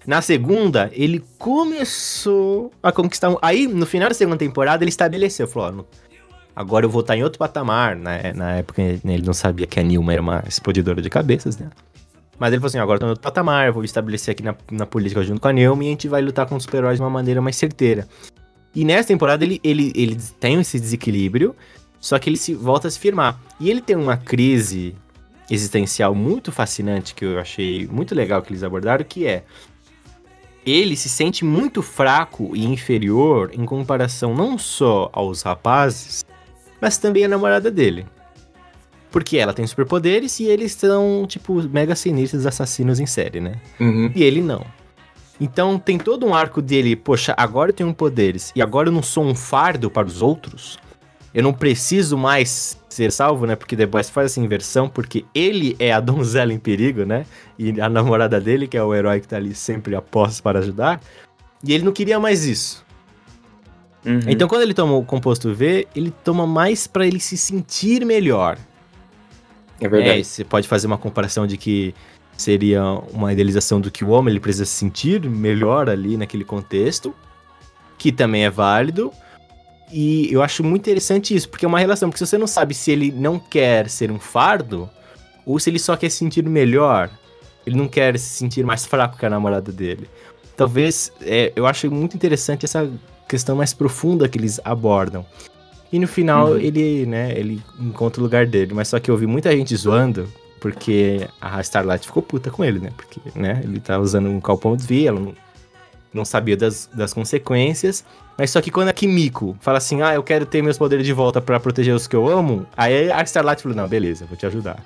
Na segunda, ele começou a conquistar... Aí, no final da segunda temporada, ele estabeleceu, falou, ó, agora eu vou estar em outro patamar. Na época, ele não sabia que a Nilma era uma explodidora de cabeças, né? Mas ele falou assim, agora eu tô em outro patamar, eu vou estabelecer aqui na política junto com a Nilma e a gente vai lutar com os super-heróis de uma maneira mais certeira. E nessa temporada, ele tem esse desequilíbrio, só que ele volta a se firmar. E ele tem uma crise existencial muito fascinante, que eu achei muito legal que eles abordaram, que é... Ele se sente muito fraco e inferior em comparação não só aos rapazes, mas também à namorada dele. Porque ela tem superpoderes e eles são, tipo, mega sinistros assassinos em série, né? Uhum. E ele não. Então tem todo um arco dele, poxa, agora eu tenho poderes e agora eu não sou um fardo para os outros. Eu não preciso mais ser salvo, né? Porque The Boys faz essa inversão, porque ele é a donzela em perigo, né? E a namorada dele, que é o herói que tá ali sempre a postos para ajudar. E ele não queria mais isso. Uhum. Então quando ele toma o composto V, ele toma mais pra ele se sentir melhor. É verdade. Você pode fazer uma comparação de que seria uma idealização do que o homem ele precisa se sentir melhor ali naquele contexto, que também é válido. E eu acho muito interessante isso, porque é uma relação, porque se você não sabe se ele não quer ser um fardo, ou se ele só quer se sentir melhor, ele não quer se sentir mais fraco que a namorada dele. Talvez, eu acho muito interessante essa questão mais profunda que eles abordam. E no final, ele encontra o lugar dele, mas só que eu vi muita gente zoando, porque a Starlight ficou puta com ele, né? Porque, né, ele tá usando um calpão de V, ela não sabia das consequências. Mas só que quando a Kimiko fala assim, eu quero ter meus poderes de volta pra proteger os que eu amo, aí a Starlight falou, não, beleza, vou te ajudar.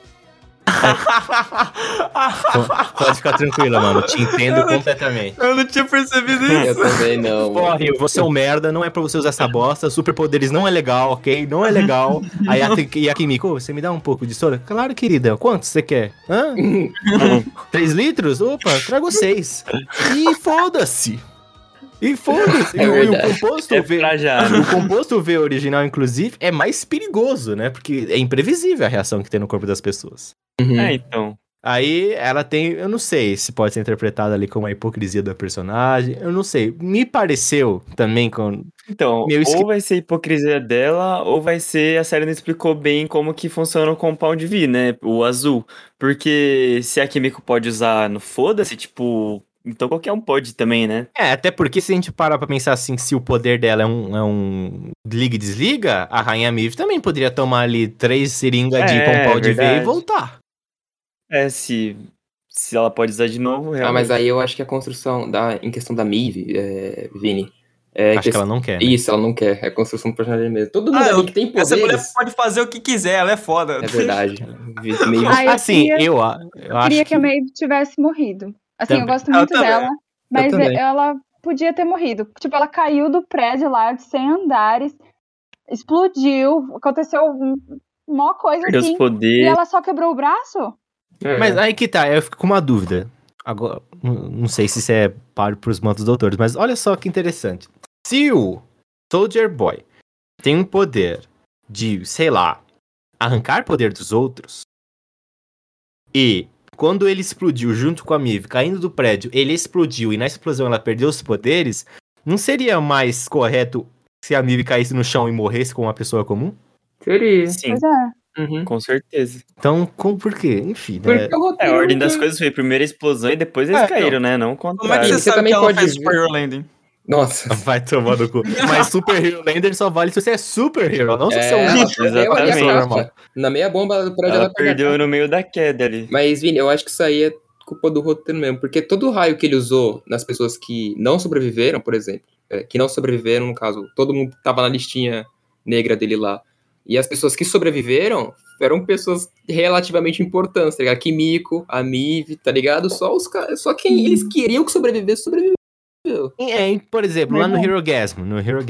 Pode ficar tranquila, mano, te entendo completamente. Eu não tinha percebido Eu isso. também não. Porra, você é um merda, não é pra você usar essa bosta, superpoderes não é legal, ok? Não é legal. Aí a Kimiko, você me dá um pouco de soro? Claro, querida, quantos você quer? 3 litros? Opa, trago 6. E foda-se. E foda-se. É E o verdade. composto É V. pra já, né? O composto V original, inclusive, é mais perigoso, né? Porque é imprevisível a reação que tem no corpo das pessoas. Uhum. Então. Aí ela tem, eu não sei se pode ser interpretada ali como a hipocrisia da personagem, eu não sei. Me pareceu também com... Então, Meu ou vai ser hipocrisia dela, ou vai ser a série não explicou bem como que funciona o Compound V, né? O azul. Porque se a Kimiko pode usar no foda-se, tipo, então qualquer um pode também, né? Até porque se a gente parar pra pensar assim, se o poder dela é um liga e desliga, a Rainha Maeve também poderia tomar ali 3 seringas de Compound V e verdade. voltar. Se ela pode usar de novo, realmente. Mas aí eu acho que a construção em questão da Maeve, Vini... Acho que ela não quer, né? Isso, ela não quer. É a construção do personagem mesmo. Todo mundo ali que tem Essa mulher poderes... pode fazer o que quiser, ela é foda. É verdade. Maeve... Ai, Assim, eu queria acho que a Maeve tivesse morrido. Assim, Também. eu gosto Eu muito também. dela, mas também. ela podia ter morrido. Tipo, ela caiu do prédio lá de 100 andares, explodiu, aconteceu uma coisa Perdeu os assim, e poderes. ela só quebrou o braço? Mas aí que tá, eu fico com uma dúvida. Agora, não sei se isso é páreo pros mantos doutores, mas olha só que interessante. Se o Soldier Boy tem um poder de, sei lá, arrancar poder dos outros, e quando ele explodiu junto com a Maeve, caindo do prédio, ele explodiu e na explosão ela perdeu os poderes, não seria mais correto se a Maeve caísse no chão e morresse como uma pessoa comum? Seria. Sim, Pois é. Uhum. com certeza. Então, por quê? Enfim, Porque né? o A roteiro ordem não das tem- coisas foi primeiro a explosão e depois eles caíram, né? Não o Como é que contrário. você Você sabe também que ela pode fez ver. Superior Landing? Nossa. Vai tomar no cu. Mas Super Hero Lander só vale se você é Super Hero, não se você é um ela lixo. perdeu ali a exatamente. capa. Normal. Na meia bomba do prédio Ela perdeu a perdeu capa. no meio da queda ali. Mas, Vini, eu acho que isso aí é culpa do roteiro mesmo. Porque todo o raio que ele usou nas pessoas que não sobreviveram, por exemplo, que não sobreviveram, no caso, todo mundo tava na listinha negra dele lá. E as pessoas que sobreviveram eram pessoas relativamente importantes, tá ligado? A Kimiko, a Maeve, tá ligado? Só quem eles queriam que sobrevivesse, sobreviveu. Por exemplo, lá no Herogasm,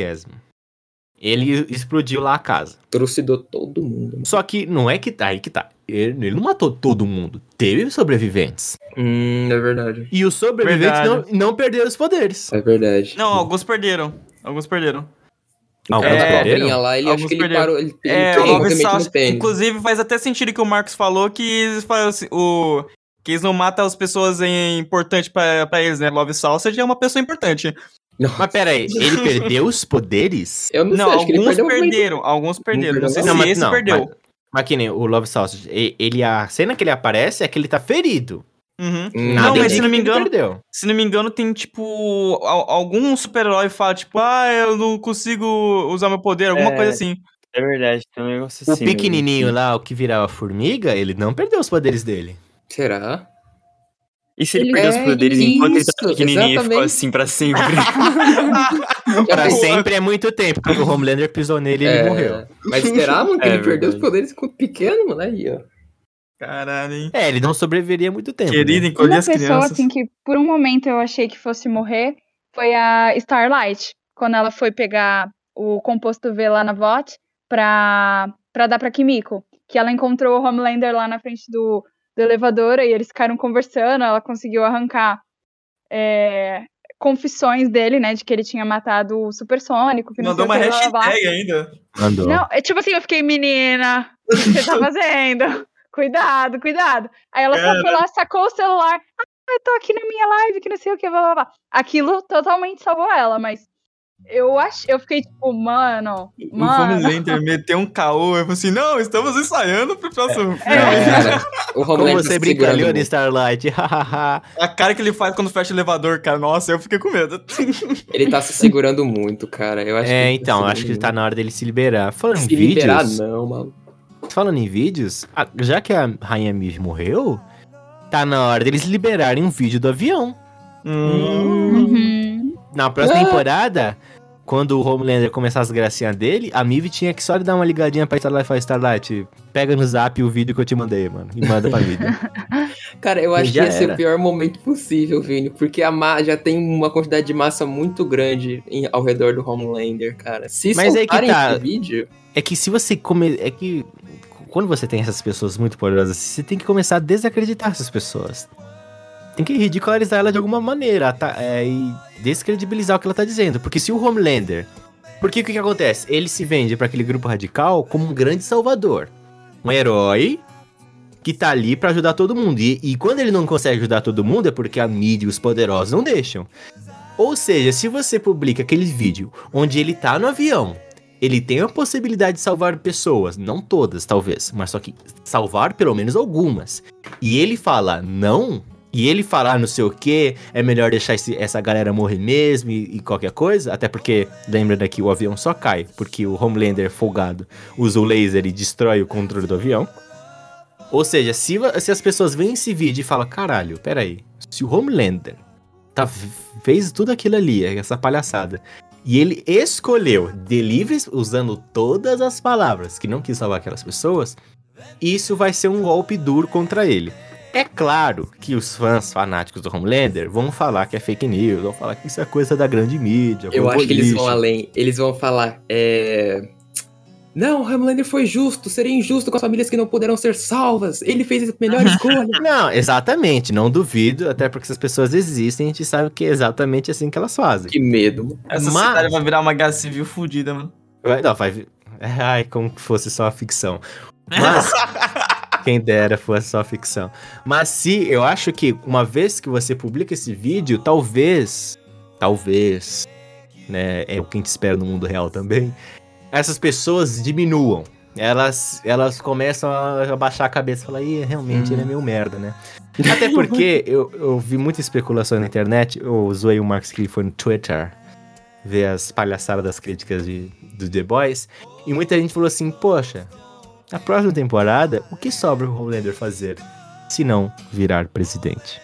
ele explodiu lá a casa. Trucidou todo mundo. Só que não é que tá, aí que tá. Ele não matou todo mundo. Teve sobreviventes. É verdade. E os sobreviventes não perderam os poderes. É verdade. Não, alguns perderam. Alguns perderam. O cara da perderam? cobrinha lá, ele acho Alguns que ele perderam. parou. Ele É, tem o movimento Sasha, no tênis. inclusive faz até sentido que o Marcos falou que Que eles não matam as pessoas importantes pra eles, né? Love Sausage é uma pessoa importante. Mas pera aí, ele perdeu os poderes? Eu não sei, acho que ele alguns perdeu muito. perderam, alguns perderam. Não sei Não, se mas esse não, perdeu. Mas que nem o Love Sausage, a cena que ele aparece é que ele tá ferido. Uhum. Nada Não, mas indica se não me que ele engano, perdeu. se não me engano, tem, tipo, algum super-herói fala, tipo, eu não consigo usar meu poder, alguma coisa assim. É verdade, tem um negócio O assim. pequenininho lá, o que virava formiga, ele não perdeu os poderes dele. Será? E se ele Ele perdeu os é poderes enquanto ele tá isso, pequenininho e ficou exatamente. assim pra sempre? Pra Mas- sempre é muito tempo, porque o Homelander pisou nele e ele morreu. Mas será, mano, que É ele perdeu os verdade. poderes quando pequeno, mano? Aí, ó. Caralho, hein? É, ele não sobreviveria muito tempo. Querido, né? encolher Uma as pessoa, crianças. assim, que por um momento eu achei que fosse morrer foi a Starlight, quando ela foi pegar o composto V lá na VOT pra dar pra Kimiko. Que ela encontrou o Homelander lá na frente do elevador e eles ficaram conversando, ela conseguiu arrancar confissões dele, né, de que ele tinha matado o Supersônico, que não Mandou sei uma o que, blá, blá, blá. hashtag ainda. Mandou. Não, é tipo assim, eu fiquei, menina, o que você tá fazendo? Cuidado, cuidado. Aí ela só foi lá, sacou o celular. Eu tô aqui na minha live, que não sei o que, blá, blá, blá. Aquilo totalmente salvou ela, mas eu fiquei tipo, mano. O Homelander meteu um caô. Eu falei assim, não, estamos ensaiando pro próximo filme. Cara, o Como Homelander você tá brincalhou segurando de Starlight? hahaha. A cara que ele faz quando fecha o elevador, cara. Nossa, eu fiquei com medo. Ele tá se segurando muito, cara. Eu acho que ele tá Então, segurando acho que tá muito. na hora dele se liberar. Falando em Se liberar, vídeos, não, mano. falando em vídeos, já que a Rainha Miv morreu, tá na hora deles liberarem um vídeo do avião. Uhum. Na próxima temporada, quando o Homelander começar as gracinhas dele, a Miv tinha que só dar uma ligadinha pra Starlight e falar, Starlight, pega no zap o vídeo que eu te mandei, mano, e manda pra Miv. Cara, eu acho que Já ia ser era. o pior momento possível, Vini, porque já tem uma quantidade de massa muito grande ao redor do Homelander, cara. Se Mas aí que soltarem tá. esse vídeo... É que se você É que quando você tem essas pessoas muito poderosas, você tem que começar a desacreditar essas pessoas. Tem que ridicularizar ela de alguma maneira, e descredibilizar o que ela tá dizendo. Porque se o Homelander... Porque o que acontece? Ele se vende pra aquele grupo radical como um grande salvador. Um herói que tá ali pra ajudar todo mundo. E quando ele não consegue ajudar todo mundo é porque a mídia e os poderosos não deixam. Ou seja, se você publica aquele vídeo onde ele tá no avião, ele tem a possibilidade de salvar pessoas, não todas talvez, mas só que salvar pelo menos algumas. E ele fala não, e ele fala não sei o que, é melhor deixar essa galera morrer mesmo e qualquer coisa, até porque, lembra daqui, o avião só cai, porque o Homelander folgado usa o laser e destrói o controle do avião. Ou seja, se as pessoas veem esse vídeo e falam, caralho, peraí, se o Homelander fez tudo aquilo ali, essa palhaçada, e ele escolheu deliveries usando todas as palavras que não quis salvar aquelas pessoas, isso vai ser um golpe duro contra ele. É claro que os fãs fanáticos do Homelander vão falar que é fake news, vão falar que isso é coisa da grande mídia. Eu acho que eles vão além. Eles vão falar, não, o Homelander foi justo, seria injusto com as famílias que não puderam ser salvas. Ele fez a melhor escolha. Não, exatamente, não duvido, até porque essas pessoas existem, a gente sabe que é exatamente assim que elas fazem. Que medo, mano. Essa Mas- cidade vai virar uma guerra civil fodida, mano. Não, ai, como que fosse só ficção. Mas, quem dera fosse só ficção. Mas se, eu acho que uma vez que você publica esse vídeo, talvez, né, é o que a gente espera no mundo real também, essas pessoas diminuam. Elas começam a baixar a cabeça e falar, ih, realmente ele é meio merda, né? Até porque eu vi muita especulação na internet, eu zoei o Marcos Clifford no Twitter, ver as palhaçadas das críticas do The Boys, e muita gente falou assim, poxa, na próxima temporada, o que sobra o Homelander fazer se não virar presidente?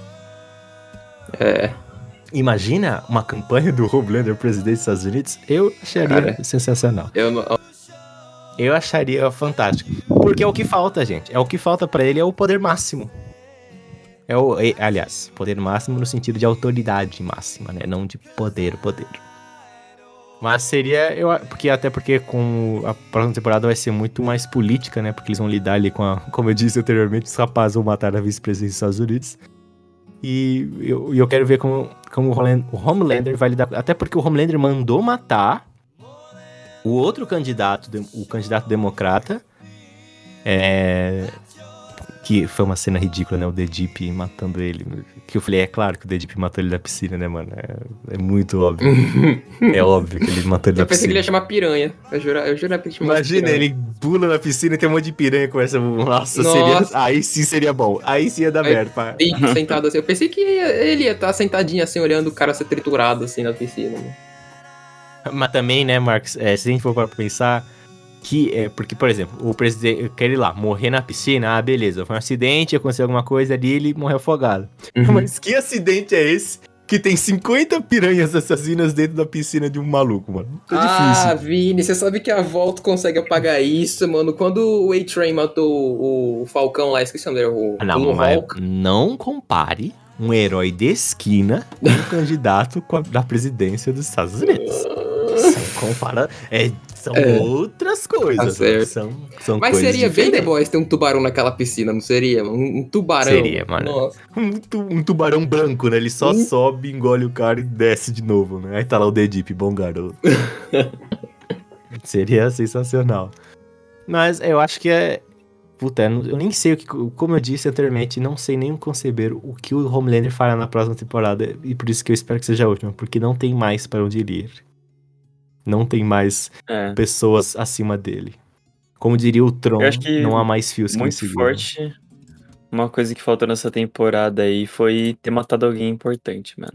Imagina uma campanha do Homelander presidente dos Estados Unidos? Eu acharia sensacional. Eu acharia fantástico. Porque é o que falta, gente. É o que falta pra ele, é o poder máximo. Aliás, poder máximo no sentido de autoridade máxima, né? Não de poder. Mas seria... Porque com a próxima temporada vai ser muito mais política, né? Porque eles vão lidar ali com como eu disse anteriormente, os rapazes vão matar a vice-presidente dos Estados Unidos. E eu quero ver como o Homelander vai lidar... Até porque o Homelander mandou matar o outro candidato, o candidato democrata, Que foi uma cena ridícula, né? O The Deep matando ele. Que eu falei, é claro que o The Deep matou ele na piscina, né, mano? É muito óbvio. É óbvio que ele matou ele na Eu pensei que ele ia piscina. chamar piranha. Eu jurava que ele chamava Imagina, piranha. ele pula na piscina e tem um monte de piranha com essa. Nossa, Nossa. seria. Aí sim seria bom. Aí sim ia dar Aí- merda. Pá. Big sentado assim. Eu pensei que ele ia estar sentadinho assim, olhando o cara ser triturado assim na piscina. Mano. Mas também, né, Marcos, se a gente for para pensar que porque, por exemplo, o presidente quer ir lá, morrer na piscina, beleza, foi um acidente, aconteceu alguma coisa ali, ele morreu afogado. Mas que acidente é esse que tem 50 piranhas assassinas dentro da piscina de um maluco, mano? Tá difícil. Vini, você sabe que a Volta consegue apagar isso, mano. Quando o A-Train matou o Falcão lá, esqueci o nome dele, o Não, mas Hawk. não compare um herói de esquina com um candidato da presidência dos Estados Unidos. Você compara, são outras coisas. Tá certo. São Mas coisas seria bem The diferentes. Boys ter um tubarão naquela piscina, não seria? Um tubarão. Seria, mano. Nossa. Um tubarão branco, né? Ele só sobe, engole o cara e desce de novo, né? Aí tá lá o The Deep, bom garoto. Seria sensacional. Mas eu acho que Puta, eu nem sei o que. Como eu disse anteriormente, não sei nem conceber o que o Homelander fará na próxima temporada. E por isso que eu espero que seja a última, porque não tem mais para onde ele ir. Não tem mais pessoas acima dele. Como diria o Tron, Eu acho que não há mais fios que me muito seguram. forte. Uma coisa que faltou nessa temporada aí foi ter matado alguém importante, mano.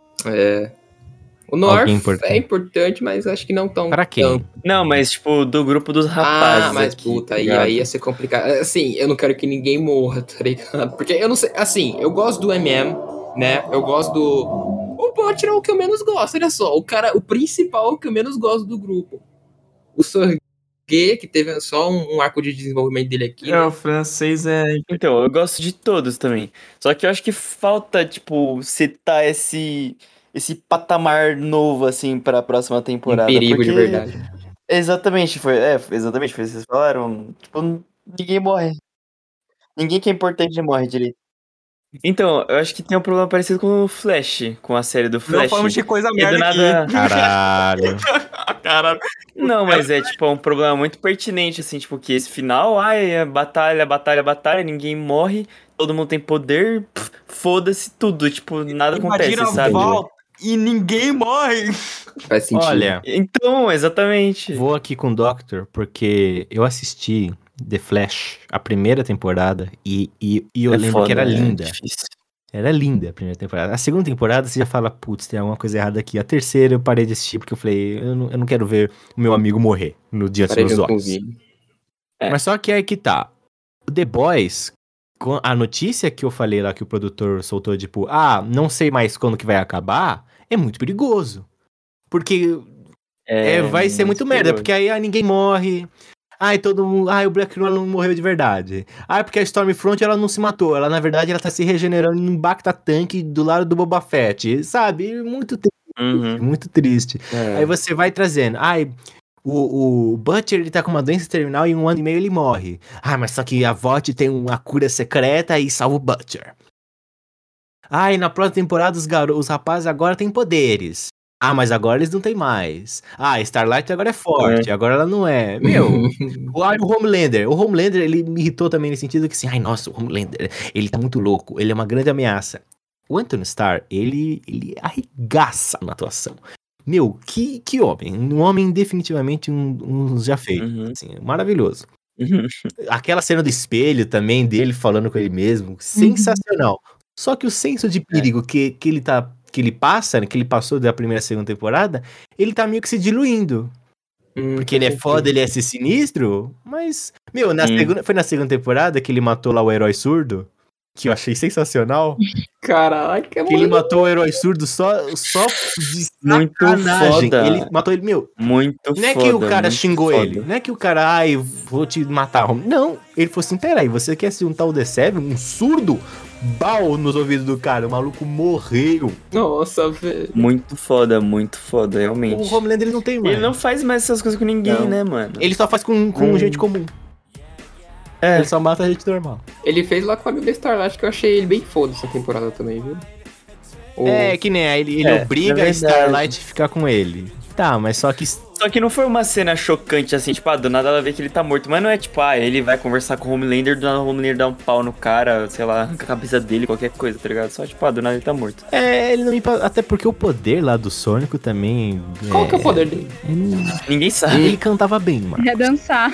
O North Alguém importante. é importante, mas acho que não tão. Pra quem? tão- Não, mas tipo, do grupo dos rapazes. mas aqui, puta, tá aí ligado? ia ser complicado. Assim, eu não quero que ninguém morra, tá ligado? Porque eu não sei. Assim, eu gosto do MM, né? Eu gosto do. O Butcher é o que eu menos gosto, olha só. O principal é o que eu menos gosto do grupo. O Sorgue, que teve só um arco de desenvolvimento dele aqui. O francês é. Então, eu gosto de todos também. Só que eu acho que falta, tipo, citar esse patamar novo, assim, pra próxima temporada. perigo porque... de verdade. Exatamente, foi isso que vocês falaram. Tipo, ninguém morre. Ninguém que é importante morre direito. Então, eu acho que tem um problema parecido com o Flash, com a série do Não Flash. falamos de coisa E do merda nada- aqui. Caralho. Caralho. Não, mas é tipo um problema muito pertinente, assim, tipo, que esse final, é batalha, ninguém morre, todo mundo tem poder, foda-se tudo, tipo, nada acontece, Invadiram a sabe? volta e ninguém morre. Faz sentido. Olha, Então, exatamente. vou aqui com o Doctor, porque eu assisti The Flash, a primeira temporada, e eu lembro foda, que era linda. difícil. Era linda a primeira temporada. A segunda temporada você já fala, putz, tem alguma coisa errada aqui. A terceira eu parei de assistir porque eu falei, eu não quero ver o meu amigo morrer no dia dos Parei meus junto com o olhos. Vini. Mas só que aí que tá. O The Boys, a notícia que eu falei lá que o produtor soltou, tipo, não sei mais quando que vai acabar, é muito perigoso. Porque vai ser muito merda, porque aí ninguém morre. Todo mundo. O Black Noir não morreu de verdade. Porque a Stormfront ela não se matou. Ela, na verdade, ela tá se regenerando num Bacta Tank do lado do Boba Fett. Sabe? Muito triste. Uhum. Muito triste. Aí você vai trazendo. O Butcher ele tá com uma doença terminal e em 1 ano e meio ele morre. Mas só que a VOT tem uma cura secreta e salva o Butcher. E na próxima temporada os rapazes agora têm poderes. Mas agora eles não têm mais. Starlight agora é forte, agora ela não é. Meu, o Homelander. O Homelander, ele me irritou também nesse sentido que assim, nossa, o Homelander, ele tá muito louco, ele é uma grande ameaça. O Anthony Starr, ele arregaça na atuação. Meu, que homem. Um homem definitivamente um já feito. Assim, maravilhoso. Aquela cena do espelho também, dele falando com ele mesmo, sensacional. Só que o senso de perigo que ele passa, né, que ele passou da primeira e segunda temporada, ele tá meio que se diluindo. Porque ele é foda, ele é esse sinistro, mas... Meu, foi na segunda temporada que ele matou lá o herói surdo, que eu achei sensacional. Caraca, que ele matou o herói surdo só de muito sacanagem. Foda. Ele matou ele, meu... Muito foda. Não é que o cara xingou foda. ele, não é que o cara, eu vou te matar. Não, ele falou assim, peraí, você quer se juntar o The Seven, um surdo? Bal nos ouvidos do cara, o maluco morreu. Nossa, velho. Muito foda, realmente. O Homelander ele não tem mais. Ele não faz mais essas coisas com ninguém, né, mano? Ele só faz com gente comum. Ele só mata a gente normal. Ele fez lá com a amiga da Starlight, que eu achei ele bem foda essa temporada também, viu? Que nem ele obriga a Starlight a ficar com ele. Tá, mas só que... Só que não foi uma cena chocante, assim, tipo, do nada ela vê que ele tá morto. Mas não é tipo, ele vai conversar com o Homelander, do nada o Homelander dá um pau no cara, sei lá, arranca a cabeça dele, qualquer coisa, tá ligado? Só tipo, do nada ele tá morto. Ele não me... Até porque o poder lá do Sônico também... Qual que é o poder dele? Ninguém sabe. Ele cantava bem, mano. É dançar.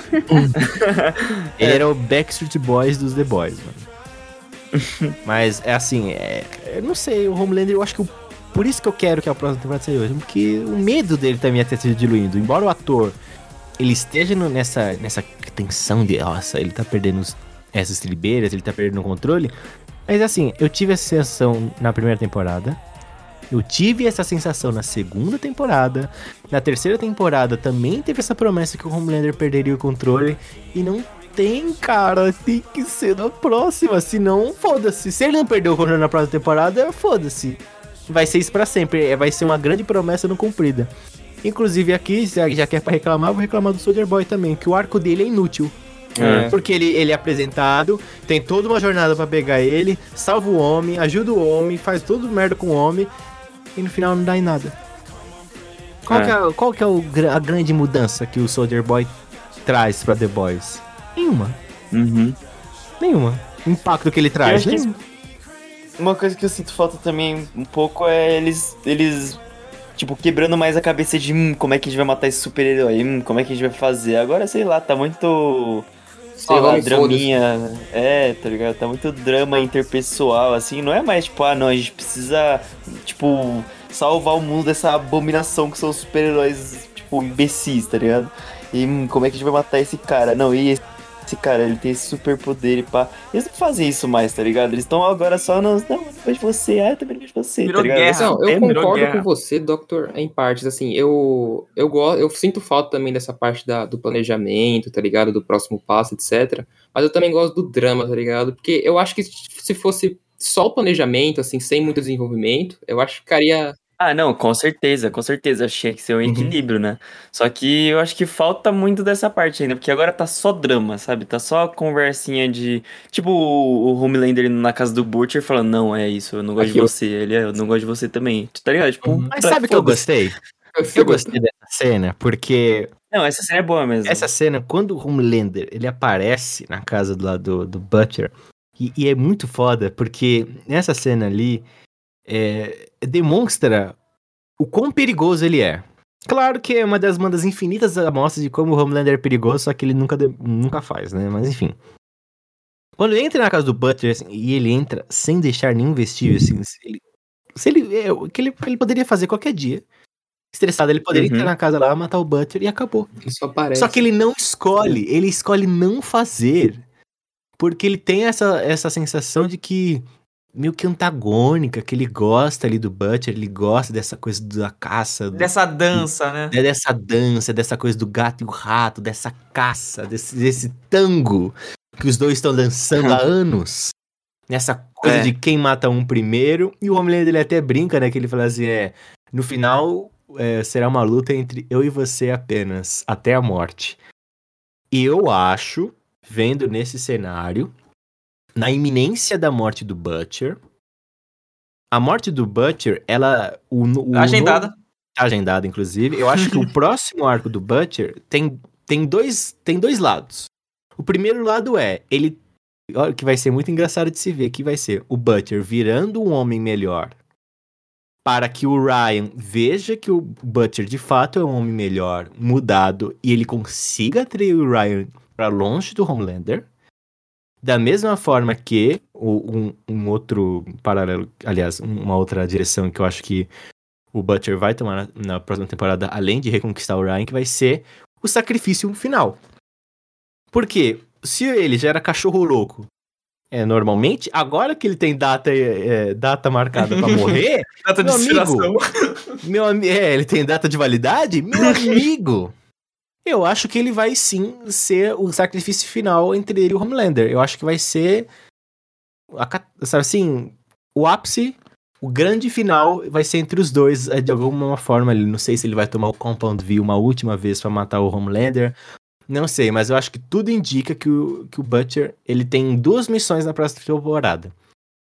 Ele era o Backstreet Boys dos The Boys, mano. Mas é assim, eu não sei, o Homelander, eu acho que por isso que eu quero que a próxima temporada saia hoje, porque o medo dele também é ter sido diluído. Embora o ator, ele esteja nessa tensão de, nossa, ele tá perdendo essas estribeiras, ele tá perdendo o controle. Mas assim, eu tive essa sensação na primeira temporada, eu tive essa sensação na segunda temporada, na terceira temporada também teve essa promessa que o Homelander perderia o controle, e não tem, cara, tem que ser na próxima, senão foda-se. Se ele não perder o controle na próxima temporada, foda-se. Vai ser isso pra sempre, vai ser uma grande promessa não cumprida. Inclusive aqui, já que é pra reclamar, vou reclamar do Soldier Boy também, que o arco dele é inútil. Porque ele é apresentado, tem toda uma jornada pra pegar ele, salva o homem, ajuda o homem, faz tudo merda com o homem, e no final não dá em nada. Qual que é a grande mudança que o Soldier Boy traz pra The Boys? Nenhuma. Nenhuma. O impacto que ele traz. Uma coisa que eu sinto falta também um pouco é eles tipo, quebrando mais a cabeça de como é que a gente vai matar esse super-herói, como é que a gente vai fazer. Agora, sei lá, tá muito... Sei lá, draminha. Tá ligado? Tá muito drama interpessoal, assim. Não é mais, tipo, não, a gente precisa, tipo, salvar o mundo dessa abominação que são os super-heróis, tipo, imbecis, tá ligado? E como é que a gente vai matar esse cara? Não, e esse cara, ele tem esse super poder e pá. Eles não fazem isso mais, tá ligado? Eles estão agora só não, eu vejo você, eu também vejo você, Virou tá ligado? guerra. Não, eu concordo com você, Doctor, em partes, assim, eu sinto falta também dessa parte do planejamento, tá ligado? Do próximo passo, etc. Mas eu também gosto do drama, tá ligado? Porque eu acho que se fosse só o planejamento, assim, sem muito desenvolvimento, eu acho que ficaria... Não, com certeza, achei que ser um equilíbrio, né? Só que eu acho que falta muito dessa parte ainda, porque agora tá só drama, sabe? Tá só conversinha de... Tipo, o Homelander indo na casa do Butcher falando, não, é isso, eu não gosto de você, eu não gosto de você também, tá ligado? Tipo, Mas sabe o que eu gostei? Eu gostei dessa cena, porque... Não, essa cena é boa mesmo. Essa cena, quando o Homelander, ele aparece na casa do Butcher, e é muito foda, porque nessa cena ali, demonstra o quão perigoso ele é. Claro que é uma das infinitas amostras de como o Homelander é perigoso, só que ele nunca faz, né? Mas enfim. Quando ele entra na casa do Butcher, assim, e ele entra sem deixar nenhum vestígio, assim, ele poderia fazer qualquer dia. Estressado, ele poderia entrar na casa lá, matar o Butcher e acabou. Isso aparece. Só que ele não escolhe, ele escolhe não fazer. Porque ele tem essa sensação de que meio que antagônica, que ele gosta ali do Butcher, ele gosta dessa coisa da caça. Dessa dança, né? Dessa dança, dessa coisa do gato e o rato, dessa caça, desse tango que os dois estão dançando há anos. Nessa coisa de quem mata um primeiro. E o Homelander, ele até brinca, né? Que ele fala assim, no final será uma luta entre eu e você apenas, até a morte. E eu acho, vendo nesse cenário, na iminência da morte do Butcher, a morte do Butcher, ela... Agendada. Agendada, inclusive. Eu acho que o próximo arco do Butcher tem dois lados. O primeiro lado ele... Olha, que vai ser muito engraçado de se ver, que vai ser o Butcher virando um homem melhor para que o Ryan veja que o Butcher de fato é um homem melhor, mudado, e ele consiga atrair o Ryan para longe do Homelander. Da mesma forma que um outro paralelo, aliás, uma outra direção que eu acho que o Butcher vai tomar na próxima temporada, além de reconquistar o Ryan, que vai ser o sacrifício final. Por quê? Se ele já era cachorro louco, normalmente, agora que ele tem data marcada pra morrer, data de expiração. Ele tem data de validade, meu amigo... Eu acho que ele vai sim ser o sacrifício final entre ele e o Homelander. Eu acho que vai ser, sabe assim, o ápice, o grande final vai ser entre os dois, de alguma forma. Não sei se ele vai tomar o Compound V uma última vez pra matar o Homelander. Não sei, mas eu acho que tudo indica que o Butcher, ele tem duas missões na próxima temporada.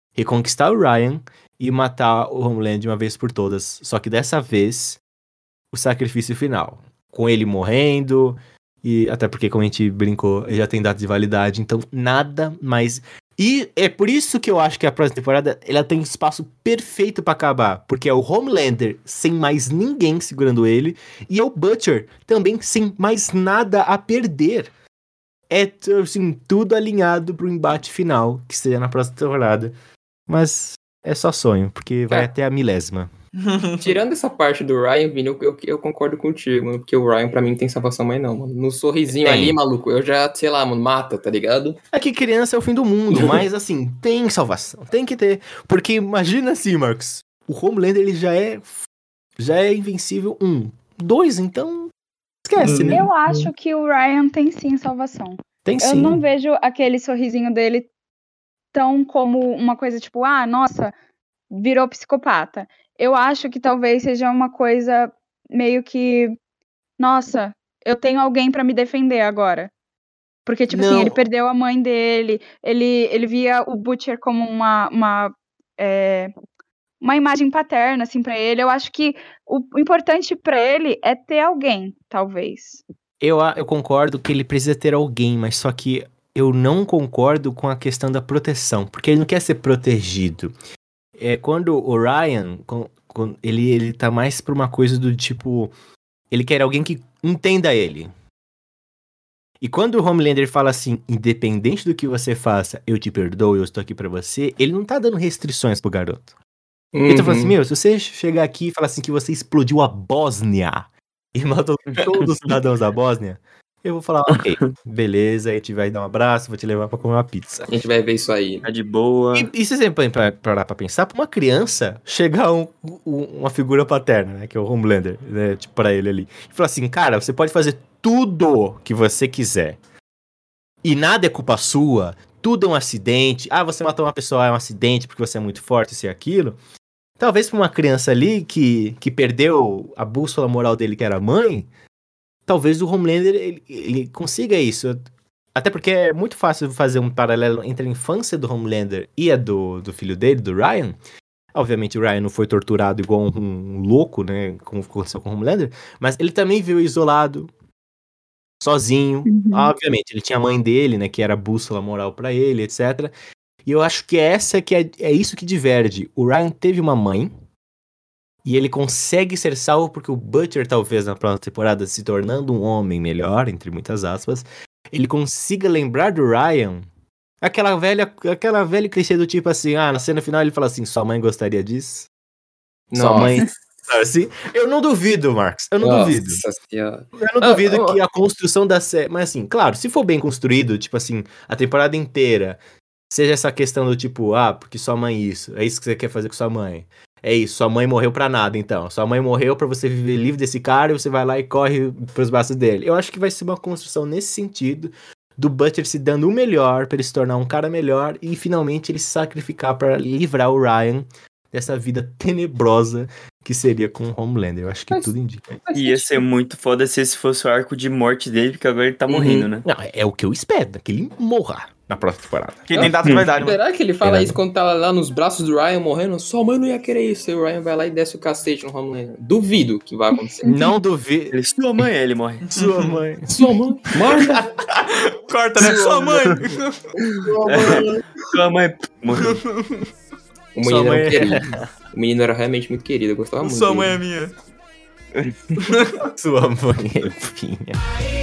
Reconquistar o Ryan e matar o Homelander de uma vez por todas. Só que dessa vez... o sacrifício final. Com ele morrendo, e até porque, como a gente brincou, ele já tem data de validade, então nada mais... E é por isso que eu acho que a próxima temporada, ela tem um espaço perfeito pra acabar, porque é o Homelander sem mais ninguém segurando ele, e é o Butcher também sem mais nada a perder. É, assim, tudo alinhado pro embate final, que seja na próxima temporada. Mas é só sonho, porque vai até a 1000ª. Tirando essa parte do Ryan, Vini, eu concordo contigo, mano, porque o Ryan pra mim não tem salvação mais não, mano. No sorrisinho ali, maluco, eu já, sei lá, mano, mata, tá ligado? É que criança é o fim do mundo, mas assim, tem salvação, tem que ter. Porque imagina assim, Marcos, o Homelander ele já é invencível 1. 2, então esquece, né? Eu acho que o Ryan tem sim salvação. Tem sim. Eu não vejo aquele sorrisinho dele tão como uma coisa tipo, nossa, virou psicopata. Eu acho que talvez seja uma coisa meio que, nossa, eu tenho alguém pra me defender agora. Porque, tipo assim, ele perdeu a mãe dele, ele via o Butcher como uma imagem paterna, assim, pra ele. Eu acho que o importante pra ele é ter alguém, talvez. Eu concordo que ele precisa ter alguém, mas só que eu não concordo com a questão da proteção, porque ele não quer ser protegido. Quando o Ryan, ele tá mais pra uma coisa do tipo, ele quer alguém que entenda ele. E quando o Homelander fala assim, independente do que você faça, eu te perdoo, eu estou aqui pra você, ele não tá dando restrições pro garoto. Ele tá falando assim, se você chegar aqui e falar assim que você explodiu a Bósnia e matou todos os cidadãos da Bósnia, eu vou falar, ok, beleza, a gente vai dar um abraço, vou te levar pra comer uma pizza. A gente vai ver isso aí. Tá de boa. E se você parar pra pensar, pra uma criança, chegar uma figura paterna, né, que é o Homelander, né, tipo, pra ele ali, e falar assim, cara, você pode fazer tudo que você quiser, e nada é culpa sua, tudo é um acidente, você matou uma pessoa, é um acidente porque você é muito forte, isso e aquilo. Talvez pra uma criança ali que perdeu a bússola moral dele, que era a mãe, talvez o Homelander ele consiga isso. Até porque é muito fácil fazer um paralelo entre a infância do Homelander e a do filho dele, do Ryan. Obviamente o Ryan não foi torturado igual um louco, né, como aconteceu com o Homelander, mas ele também veio isolado, sozinho. Obviamente ele tinha a mãe dele, né, que era a bússola moral pra ele, etc. E eu acho que é isso que diverge. O Ryan teve uma mãe, e ele consegue ser salvo porque o Butcher, talvez na próxima temporada, se tornando um homem melhor, entre muitas aspas, ele consiga lembrar do Ryan aquela velha clichê do tipo assim, na cena final ele fala assim, sua mãe gostaria disso? Nossa. Sua mãe... Assim, eu não duvido, Marcos, eu não duvido. Senhora. Eu não duvido que a construção da série... Mas assim, claro, se for bem construído, tipo assim, a temporada inteira, seja essa questão do tipo, porque sua mãe é isso que você quer fazer com sua mãe. É isso, sua mãe morreu pra nada, então. Sua mãe morreu pra você viver livre desse cara e você vai lá e corre pros braços dele. Eu acho que vai ser uma construção nesse sentido, do Butcher se dando o melhor pra ele se tornar um cara melhor e finalmente ele se sacrificar pra livrar o Ryan dessa vida tenebrosa que seria com o Homelander. Eu acho que tudo indica. Ia ser muito foda se esse fosse o arco de morte dele, porque agora ele tá morrendo, né? Não, é o que eu espero, que ele morra na próxima temporada. Que tem data de verdade, mano. Será que ele fala isso quando tá lá nos braços do Ryan morrendo? Sua mãe não ia querer isso. E o Ryan vai lá e desce o cacete no Homelander. Duvido que vai acontecer. Não duvido. Sua mãe, ele morre. Sua mãe. Sua mãe. Marta. Corta, né? Sua mãe. Sua mãe morreu. O menino era querido. O menino era realmente muito querido. Eu gostava muito Sua dele. mãe é minha. Sua mãe é minha.